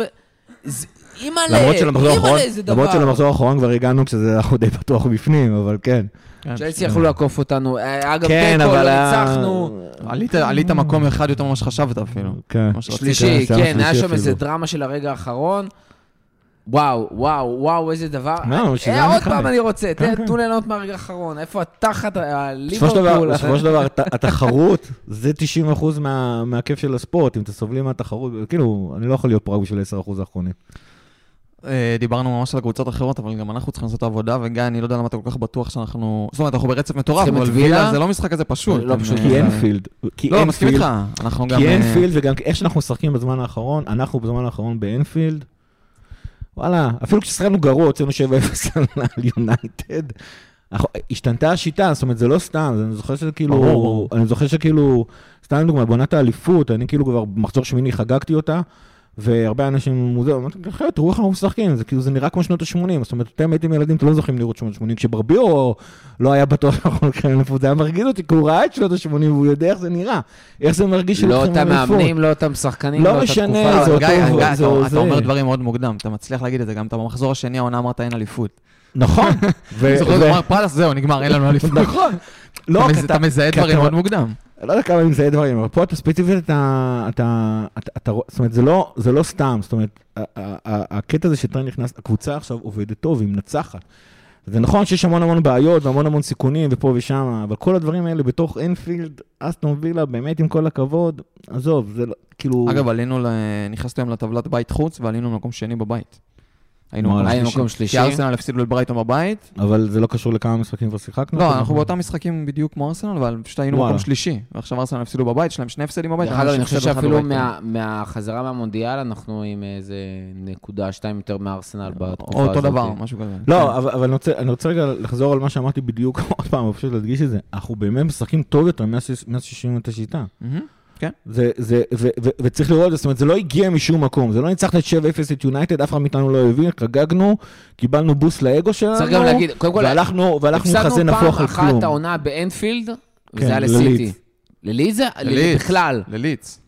למרות שלמחזור האחרון כבר הגענו כשזה אנחנו די פתוח בפנים, אבל כן. צ'לסי יכלו לעקוף אותנו, אגב, תיקו, ניצחנו. עלית מקום אחד יותר ממה שחשבת אפילו. שלישי, כן, היה שם איזה דרמה של הרגע האחרון. וואו, איזה דבר. עוד פעם אני רוצה, תנו ליהנות מהרגע האחרון. איפה התחת, הליברפול. בסופו של דבר, התחרות, זה 90% מהכיף של הספורט. אם אתה סובלים מהתחרות, כאילו, אני לא יכול להיות פרק בשביל 10% האחרונים. דיברנו ממש על הקבוצות אחרות, אבל גם אנחנו צריכים לעשות את העבודה, וגיא, אני לא יודע למה אתה כל כך בטוח שאנחנו... זאת אומרת, אנחנו ברצף מטורף, אבל וילה זה לא משחק כזה פשוט. לא פשוט, כי אנפילד. לא, מסכים איתך. כי אנפילד, וגם איך שאנחנו משחקים בזמן האחרון, אנחנו בזמן האחרון באנפילד, וואלה, אפילו כששחקנו גרוע, הוצאנו 7-0 על יונייטד, השתנתה השיטה, זאת אומרת, זה לא סתם, אני זוכר שכאילו, סתם דוגמה, בעונת האליפות, אני כאילו כבר מחזור שמיני חגגתי אותה, והרבה אנשים מוזר, אמרתי, תראו איך אנחנו משחקים, זה נראה כמו שנות ה-80, זאת אומרת, אתם הייתם ילדים, אתם לא זוכרים לראות שנות ה-80, כשברבירו לא היה בטוח שאנחנו לוקחים אליפות, זה היה מרגיז אותי, כי הוא ראה את שנות ה-80, והוא יודע איך זה נראה, איך זה מרגיש שלוקחים אליפות. לא אותם מאמנים, לא אותם שחקנים, לא משנה, זה אותו... אתה אומר דברים מאוד מוקדם, אתה מצליח להגיד את זה, גם אתה במחזור השני, העונה אמרת, אין אליפות. נכון. זהו, נגמר, אין לנו אליפות. נכון. אתה מזהה דברים מאוד מוקדם. לא יודע כמה אני מזהה דברים, אבל פה אתה ספציפית, זאת אומרת, זה לא סתם, זאת אומרת, הקטע הזה שטרן נכנס, הקבוצה עכשיו עובדת טוב, היא מנצחת. זה נכון שיש המון בעיות, והמון סיכונים, ופה ושם, אבל כל הדברים האלה בתוך אנפילד, אסטון וילה, באמת עם כל הכבוד, עזוב, זה כאילו... אגב, נכנסנו היום לטבלת בית חוץ, ועלינו למקום שני בבית. היינו מקום שלישי. כי ארסנל הפסידו לברייטון בבית. אבל זה לא קשור לכמה משחקים כבר שיחקנו? לא, אנחנו באותם משחקים בדיוק כמו ארסנל, אבל פשוט היינו מקום שלישי. ועכשיו ארסנל הפסידו בבית, יש להם 2 הפסדים בבית. אני חושב שאפילו מהחזרה מהמונדיאל, אנחנו עם איזה 1.2 יותר מארסנל בתקופה הזאת. אותו דבר, משהו כזה. לא, אבל אני רוצה רגע לחזור על מה שאמרתי בדיוק עוד פעם, פשוט להדגיש את זה. אנחנו באמת משחקים טוב יותר מ-60 את השיטה. כן. וצריך לראות, זאת אומרת, זה לא הגיע משום מקום, זה לא ניצחת את 7-0 את יונייטד, אף אחד מאיתנו לא הבין, חגגנו, קיבלנו בוסט לאגו שלנו, צריך גם להגיד, קודם כל, והלכנו חזה נפוח על כלום. הפסדנו פעם אחת העונה באנפילד, וזה היה לסיטי. לליץ זה? בכלל. לליץ.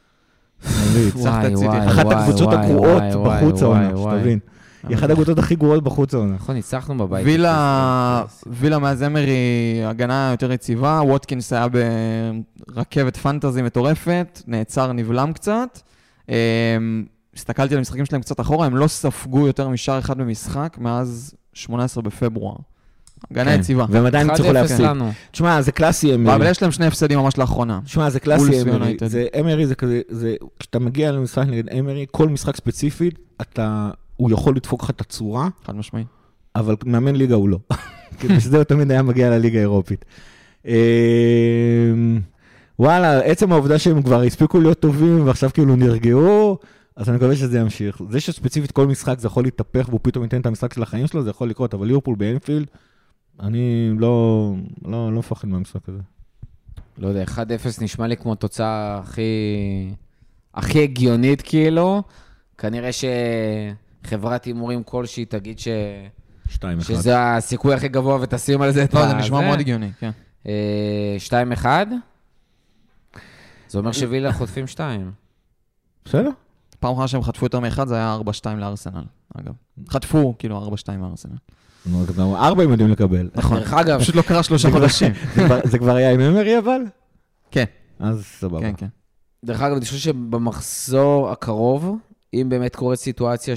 אחת הקבוצות הגרועות בחוץ העונה, שתבין. היא אחת הקבוצות הכי גרועות בחוץ העונה. נכון, ניצחנו בבית. וילה מהזמר היא הגנה יותר יציבה, ווטקינס היה ברכבת פנטזי מטורפת, נעצר, נבלם קצת. הסתכלתי על המשחקים שלהם קצת אחורה, הם לא ספגו יותר משער אחד במשחק מאז 18 בפברואר. הגנה יציבה. והם עדיין צריכו להפסיד. תשמע, זה קלאסי אמרי. אבל יש להם 2 הפסדים ממש לאחרונה. תשמע, זה קלאסי אמרי. אמרי זה כזה, כשאתה מגיע למשחק נגד אמרי, כל משחק ספציפית, הוא יכול לדפוק לך את הצורה. חד משמעי. אבל מאמן ליגה הוא לא. בשביל הוא תמיד היה מגיע לליגה האירופית. וואלה, עצם העובדה שהם כבר הספיקו להיות טובים, ועכשיו כאילו נרגעו, אז אני מקווה שזה ימשיך. זה שספציפית כל משחק זה יכול להתהפך, והוא פתאום ייתן את המשחק של החיים שלו, זה יכול לקרות, אבל ליברפול באנפילד, אני לא מפחד מהמשחק הזה. לא יודע, 1-0 נשמע לי כמו תוצאה הכי הגיונית כאילו, כנראה שחברת הימורים כלשהי תגיד שזה הסיכוי הכי גבוה ותשים על זה את זה נשמע מאוד הגיוני, כן. 2-1? זה אומר שווילה חוטפים 2. בסדר? פעם אחת שהם חטפו יותר מ-1 זה היה 4-2 לארסנל. אגב. חטפו, כאילו, 4-2 מארסנל. 4 הם יודעים לקבל. נכון. פשוט לא קרה 3 חודשים. זה כבר היה עם אמרי אבל? כן. אז סבבה. כן, כן. דרך אגב, אני חושב שבמחזור הקרוב, אם באמת קורית סיטואציה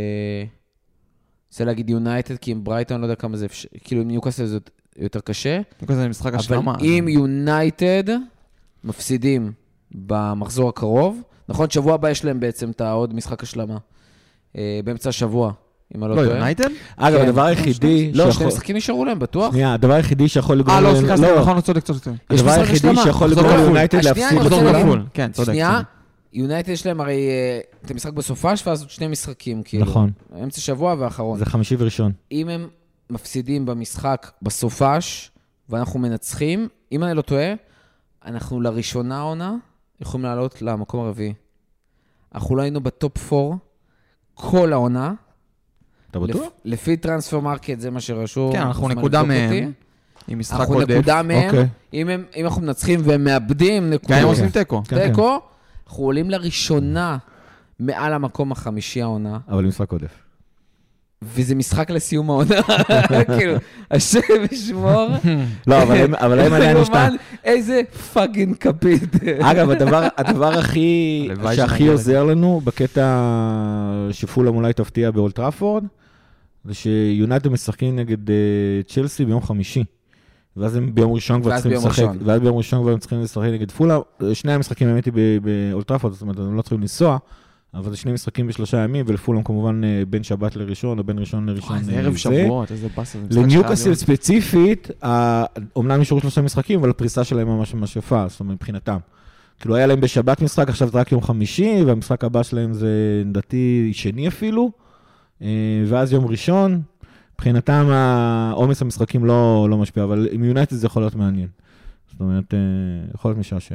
רוצה להגיד יונייטד, כי עם ברייטון, לא יודע כמה זה אפשר, כאילו עם ניוקאסל זה יותר קשה. ניוקאסל זה משחק השלמה. אבל אם יונייטד מפסידים במחזור הקרוב, נכון, שבוע הבא יש להם בעצם את העוד משחק השלמה. באמצע השבוע, אם אני לא טועה. לא, יונייטד? אגב, הדבר היחידי... לא, שני משחקים נשארו להם, בטוח. שנייה, הדבר היחידי שיכול לגרום... לא, סליחה, נכון, צודק. הדבר היחידי שיכול לגרום ליונייטד להפסיד לחזור. כן, צודק. שנייה, יונייטד יש להם הרי את המשחק בסופש, ואז עוד 2 משחקים, כאילו. נכון. אמצע שבוע ואחרון. זה חמישי וראשון. אם הם מפסידים במשחק בסופש, ואנחנו מנצחים, אם אני לא טועה, אנחנו לראשונה עונה, יכולים לעלות למקום הרביעי. אנחנו לא היינו בטופ 4 כל העונה. אתה בטוח? לפי טרנספר מרקט, זה מה שרשום. כן, אנחנו נקודה מהם. עם משחק עודף. אנחנו נקודה מהם. אם אנחנו מנצחים והם מאבדים נקודה. כן, הם עושים תיקו. תיקו. אנחנו עולים לראשונה מעל המקום החמישי העונה. אבל משחק עודף. וזה משחק לסיום העונה. כאילו, השם ישמור. לא, אבל הם עדיין שתיים. איזה פאגין כפית. אגב, הדבר שהכי עוזר לנו בקטע שפולהאם אולי תפתיע באולד טראפורד, זה שיונייטד משחקים נגד צ'לסי ביום חמישי. ואז הם ביום ראשון כבר צריכים לשחק. ואז ביום ראשון כבר צריכים לשחק נגד פולהאם. שני המשחקים האמת היא באולד טראפורד, זאת אומרת, הם לא צריכים לנסוע. אבל זה 2 משחקים ב3 ימים, ולפולהאם כמובן בין שבת לראשון, או בין ראשון לראשון. זה ערב שבועות, איזה באסה. לניוקאסל ספציפית, אומנם נשארו 3 משחקים, אבל הפריסה שלהם ממש ממש יפה, זאת אומרת, מבחינתם. כאילו היה להם בשבת משחק, עכשיו זה רק יום חמישי, והמשחק הבא שלהם זה לדעתי שני אפילו, ואז יום ראשון, מבחינתם העומס המשחקים לא משפיע, אבל עם יונייטד זה יכול להיות מעניין. זאת אומרת, יכול להיות משעשע.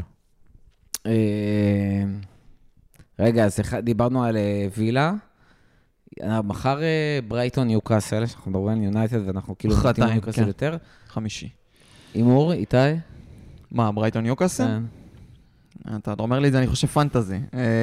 רגע, אז דיברנו על וילה, מחר ברייטון ניוקאסל, שאנחנו מדברים על יונייטד, ואנחנו כאילו נתאים ניוקאסל יותר. חמישי. אימור, איתי? מה, ברייטון ניוקאסל? כן. אתה אומר לי את זה, אני חושב פנטזי.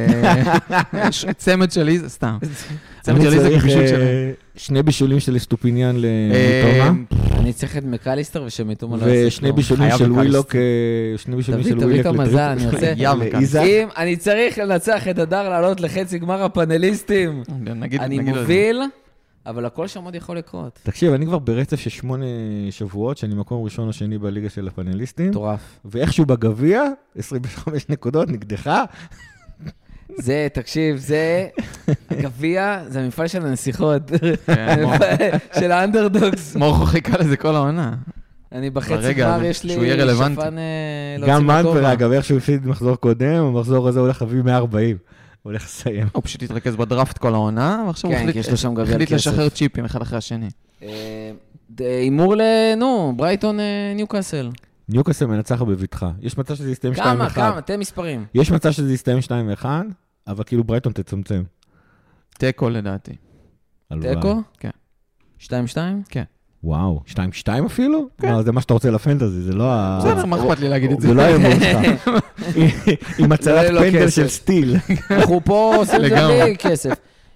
צמד שלי זה סתם. צמד שלי זה כבישות שלי. 2 בישולים של סטופיניאן למתומה. אני צריך את מקליסטר ושמתומה לא ו2 בישולים של ווילוק. תביא את המזל, אני רוצה. אם אני צריך לנצח את הדר לעלות לחצי גמר הפאנליסטים, אני מוביל, אבל הכל שם עוד יכול לקרות. תקשיב, אני כבר ברצף של 8 שבועות, שאני מקום ראשון או שני בליגה של הפאנליסטים. מטורף. ואיכשהו בגביע, 25 נקודות, נגדך. זה, תקשיב, זה, הגביע, זה המפעל של הנסיכות. של האנדרדוקס. מורכו חיכה לזה כל העונה. אני בחצי גמר, יש לי שפן גם מנפר, אגב, איך שהוא הפסיד מחזור קודם, המחזור הזה הולך להביא 140. הוא הולך לסיים. הוא פשוט התרכז בדראפט כל העונה, ועכשיו הוא החליט לשחרר צ'יפים אחד אחרי השני. אימור ברייטון ניוקאסל. ניוקאסל מנצחה בביתך. יש מצב שזה יסתיים 2-1. כמה? תן מספרים. יש מצב שזה יסתיים 2-1, אבל כאילו ברייטון תצמצם. תיקו לדעתי. תיקו? כן. 2-2? כן. וואו, 2-2 אפילו? כן. זה מה שאתה רוצה לפנטזי, זה לא ה... בסדר, מה אכפת לי להגיד את זה? זה לא האמור שלך. עם הצלת פנדל של סטיל. אנחנו פה עושים את זה בלי כסף.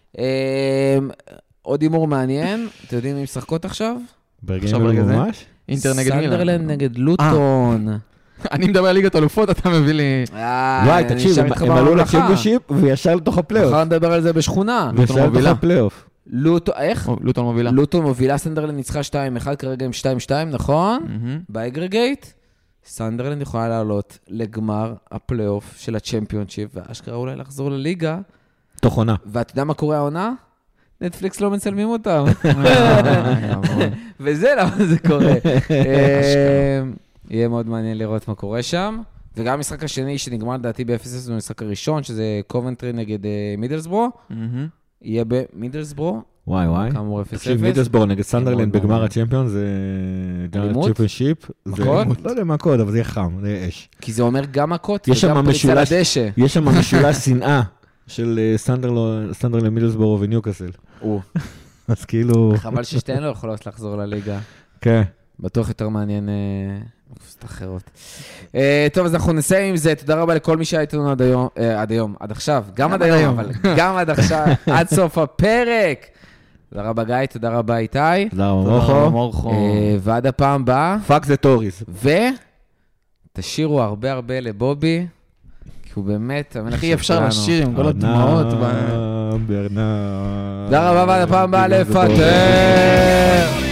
עוד אימור מעניין, אתם יודעים מי משחקות עכשיו? ברגעים ממש? אינטר נגד מילאן. סנדרלנד נגד לוטון. אני מדבר על ליגת אלופות, אתה מביא לי... וואי, תקשיב, הם עלו לצ'מפיונשיפ וישר לתוך הפלייאוף. אחר נדבר על זה בשכונה. וישר לתוך הפלייאוף. איך? לוטון מובילה. לוטון מובילה, סנדרלנד ניצחה 2-1, כרגע עם 2-2, נכון? באגרגייט. סנדרלנד יכולה לעלות לגמר הפלייאוף של הצ'מפיונשיפ, ואשכרה אולי לחזור לליגה. תוך עונה. ואתה יודע מה קורה העונה? נטפליקס לא מצלמים אותם. וזה למה זה קורה. יהיה מאוד מעניין לראות מה קורה שם. וגם המשחק השני שנגמר לדעתי ב-0-0 זה המשחק הראשון, שזה קובנטרי נגד מידלסבורו. יהיה במידלסבורו. וואי. כאמור 0-0. תקשיב, מידלסבורו נגד סנדרלנד בגמר הצ'מפיון, זה צ'מפיונשיפ. מכות? לא יודע מה קוד, אבל זה יהיה חם, זה יהיה אש. כי זה אומר גם מכות וגם פריצה לדשא. יש שם משולש שנאה של סנדרלנד, מידלסבורו וניוקאסל. אז כאילו... חבל ששתיהן לא יכולות לחזור לליגה. כן. בטוח יותר מעניין מקפוסות אחרות. טוב, אז אנחנו נסיים עם זה. תודה רבה לכל מי שהיה איתנו עד עכשיו. גם עד היום, אבל גם עד עכשיו, עד סוף הפרק. תודה רבה גיא, תודה רבה איתי. תודה רבה מורכו. ועד הפעם הבאה. פאק זה טוריז. ותשירו הרבה הרבה לבובי, כי הוא באמת המלך הכי אפשר לשיר עם כל הדמעות. ברנר. תודה רבה ועד הפעם הבאה לפטר.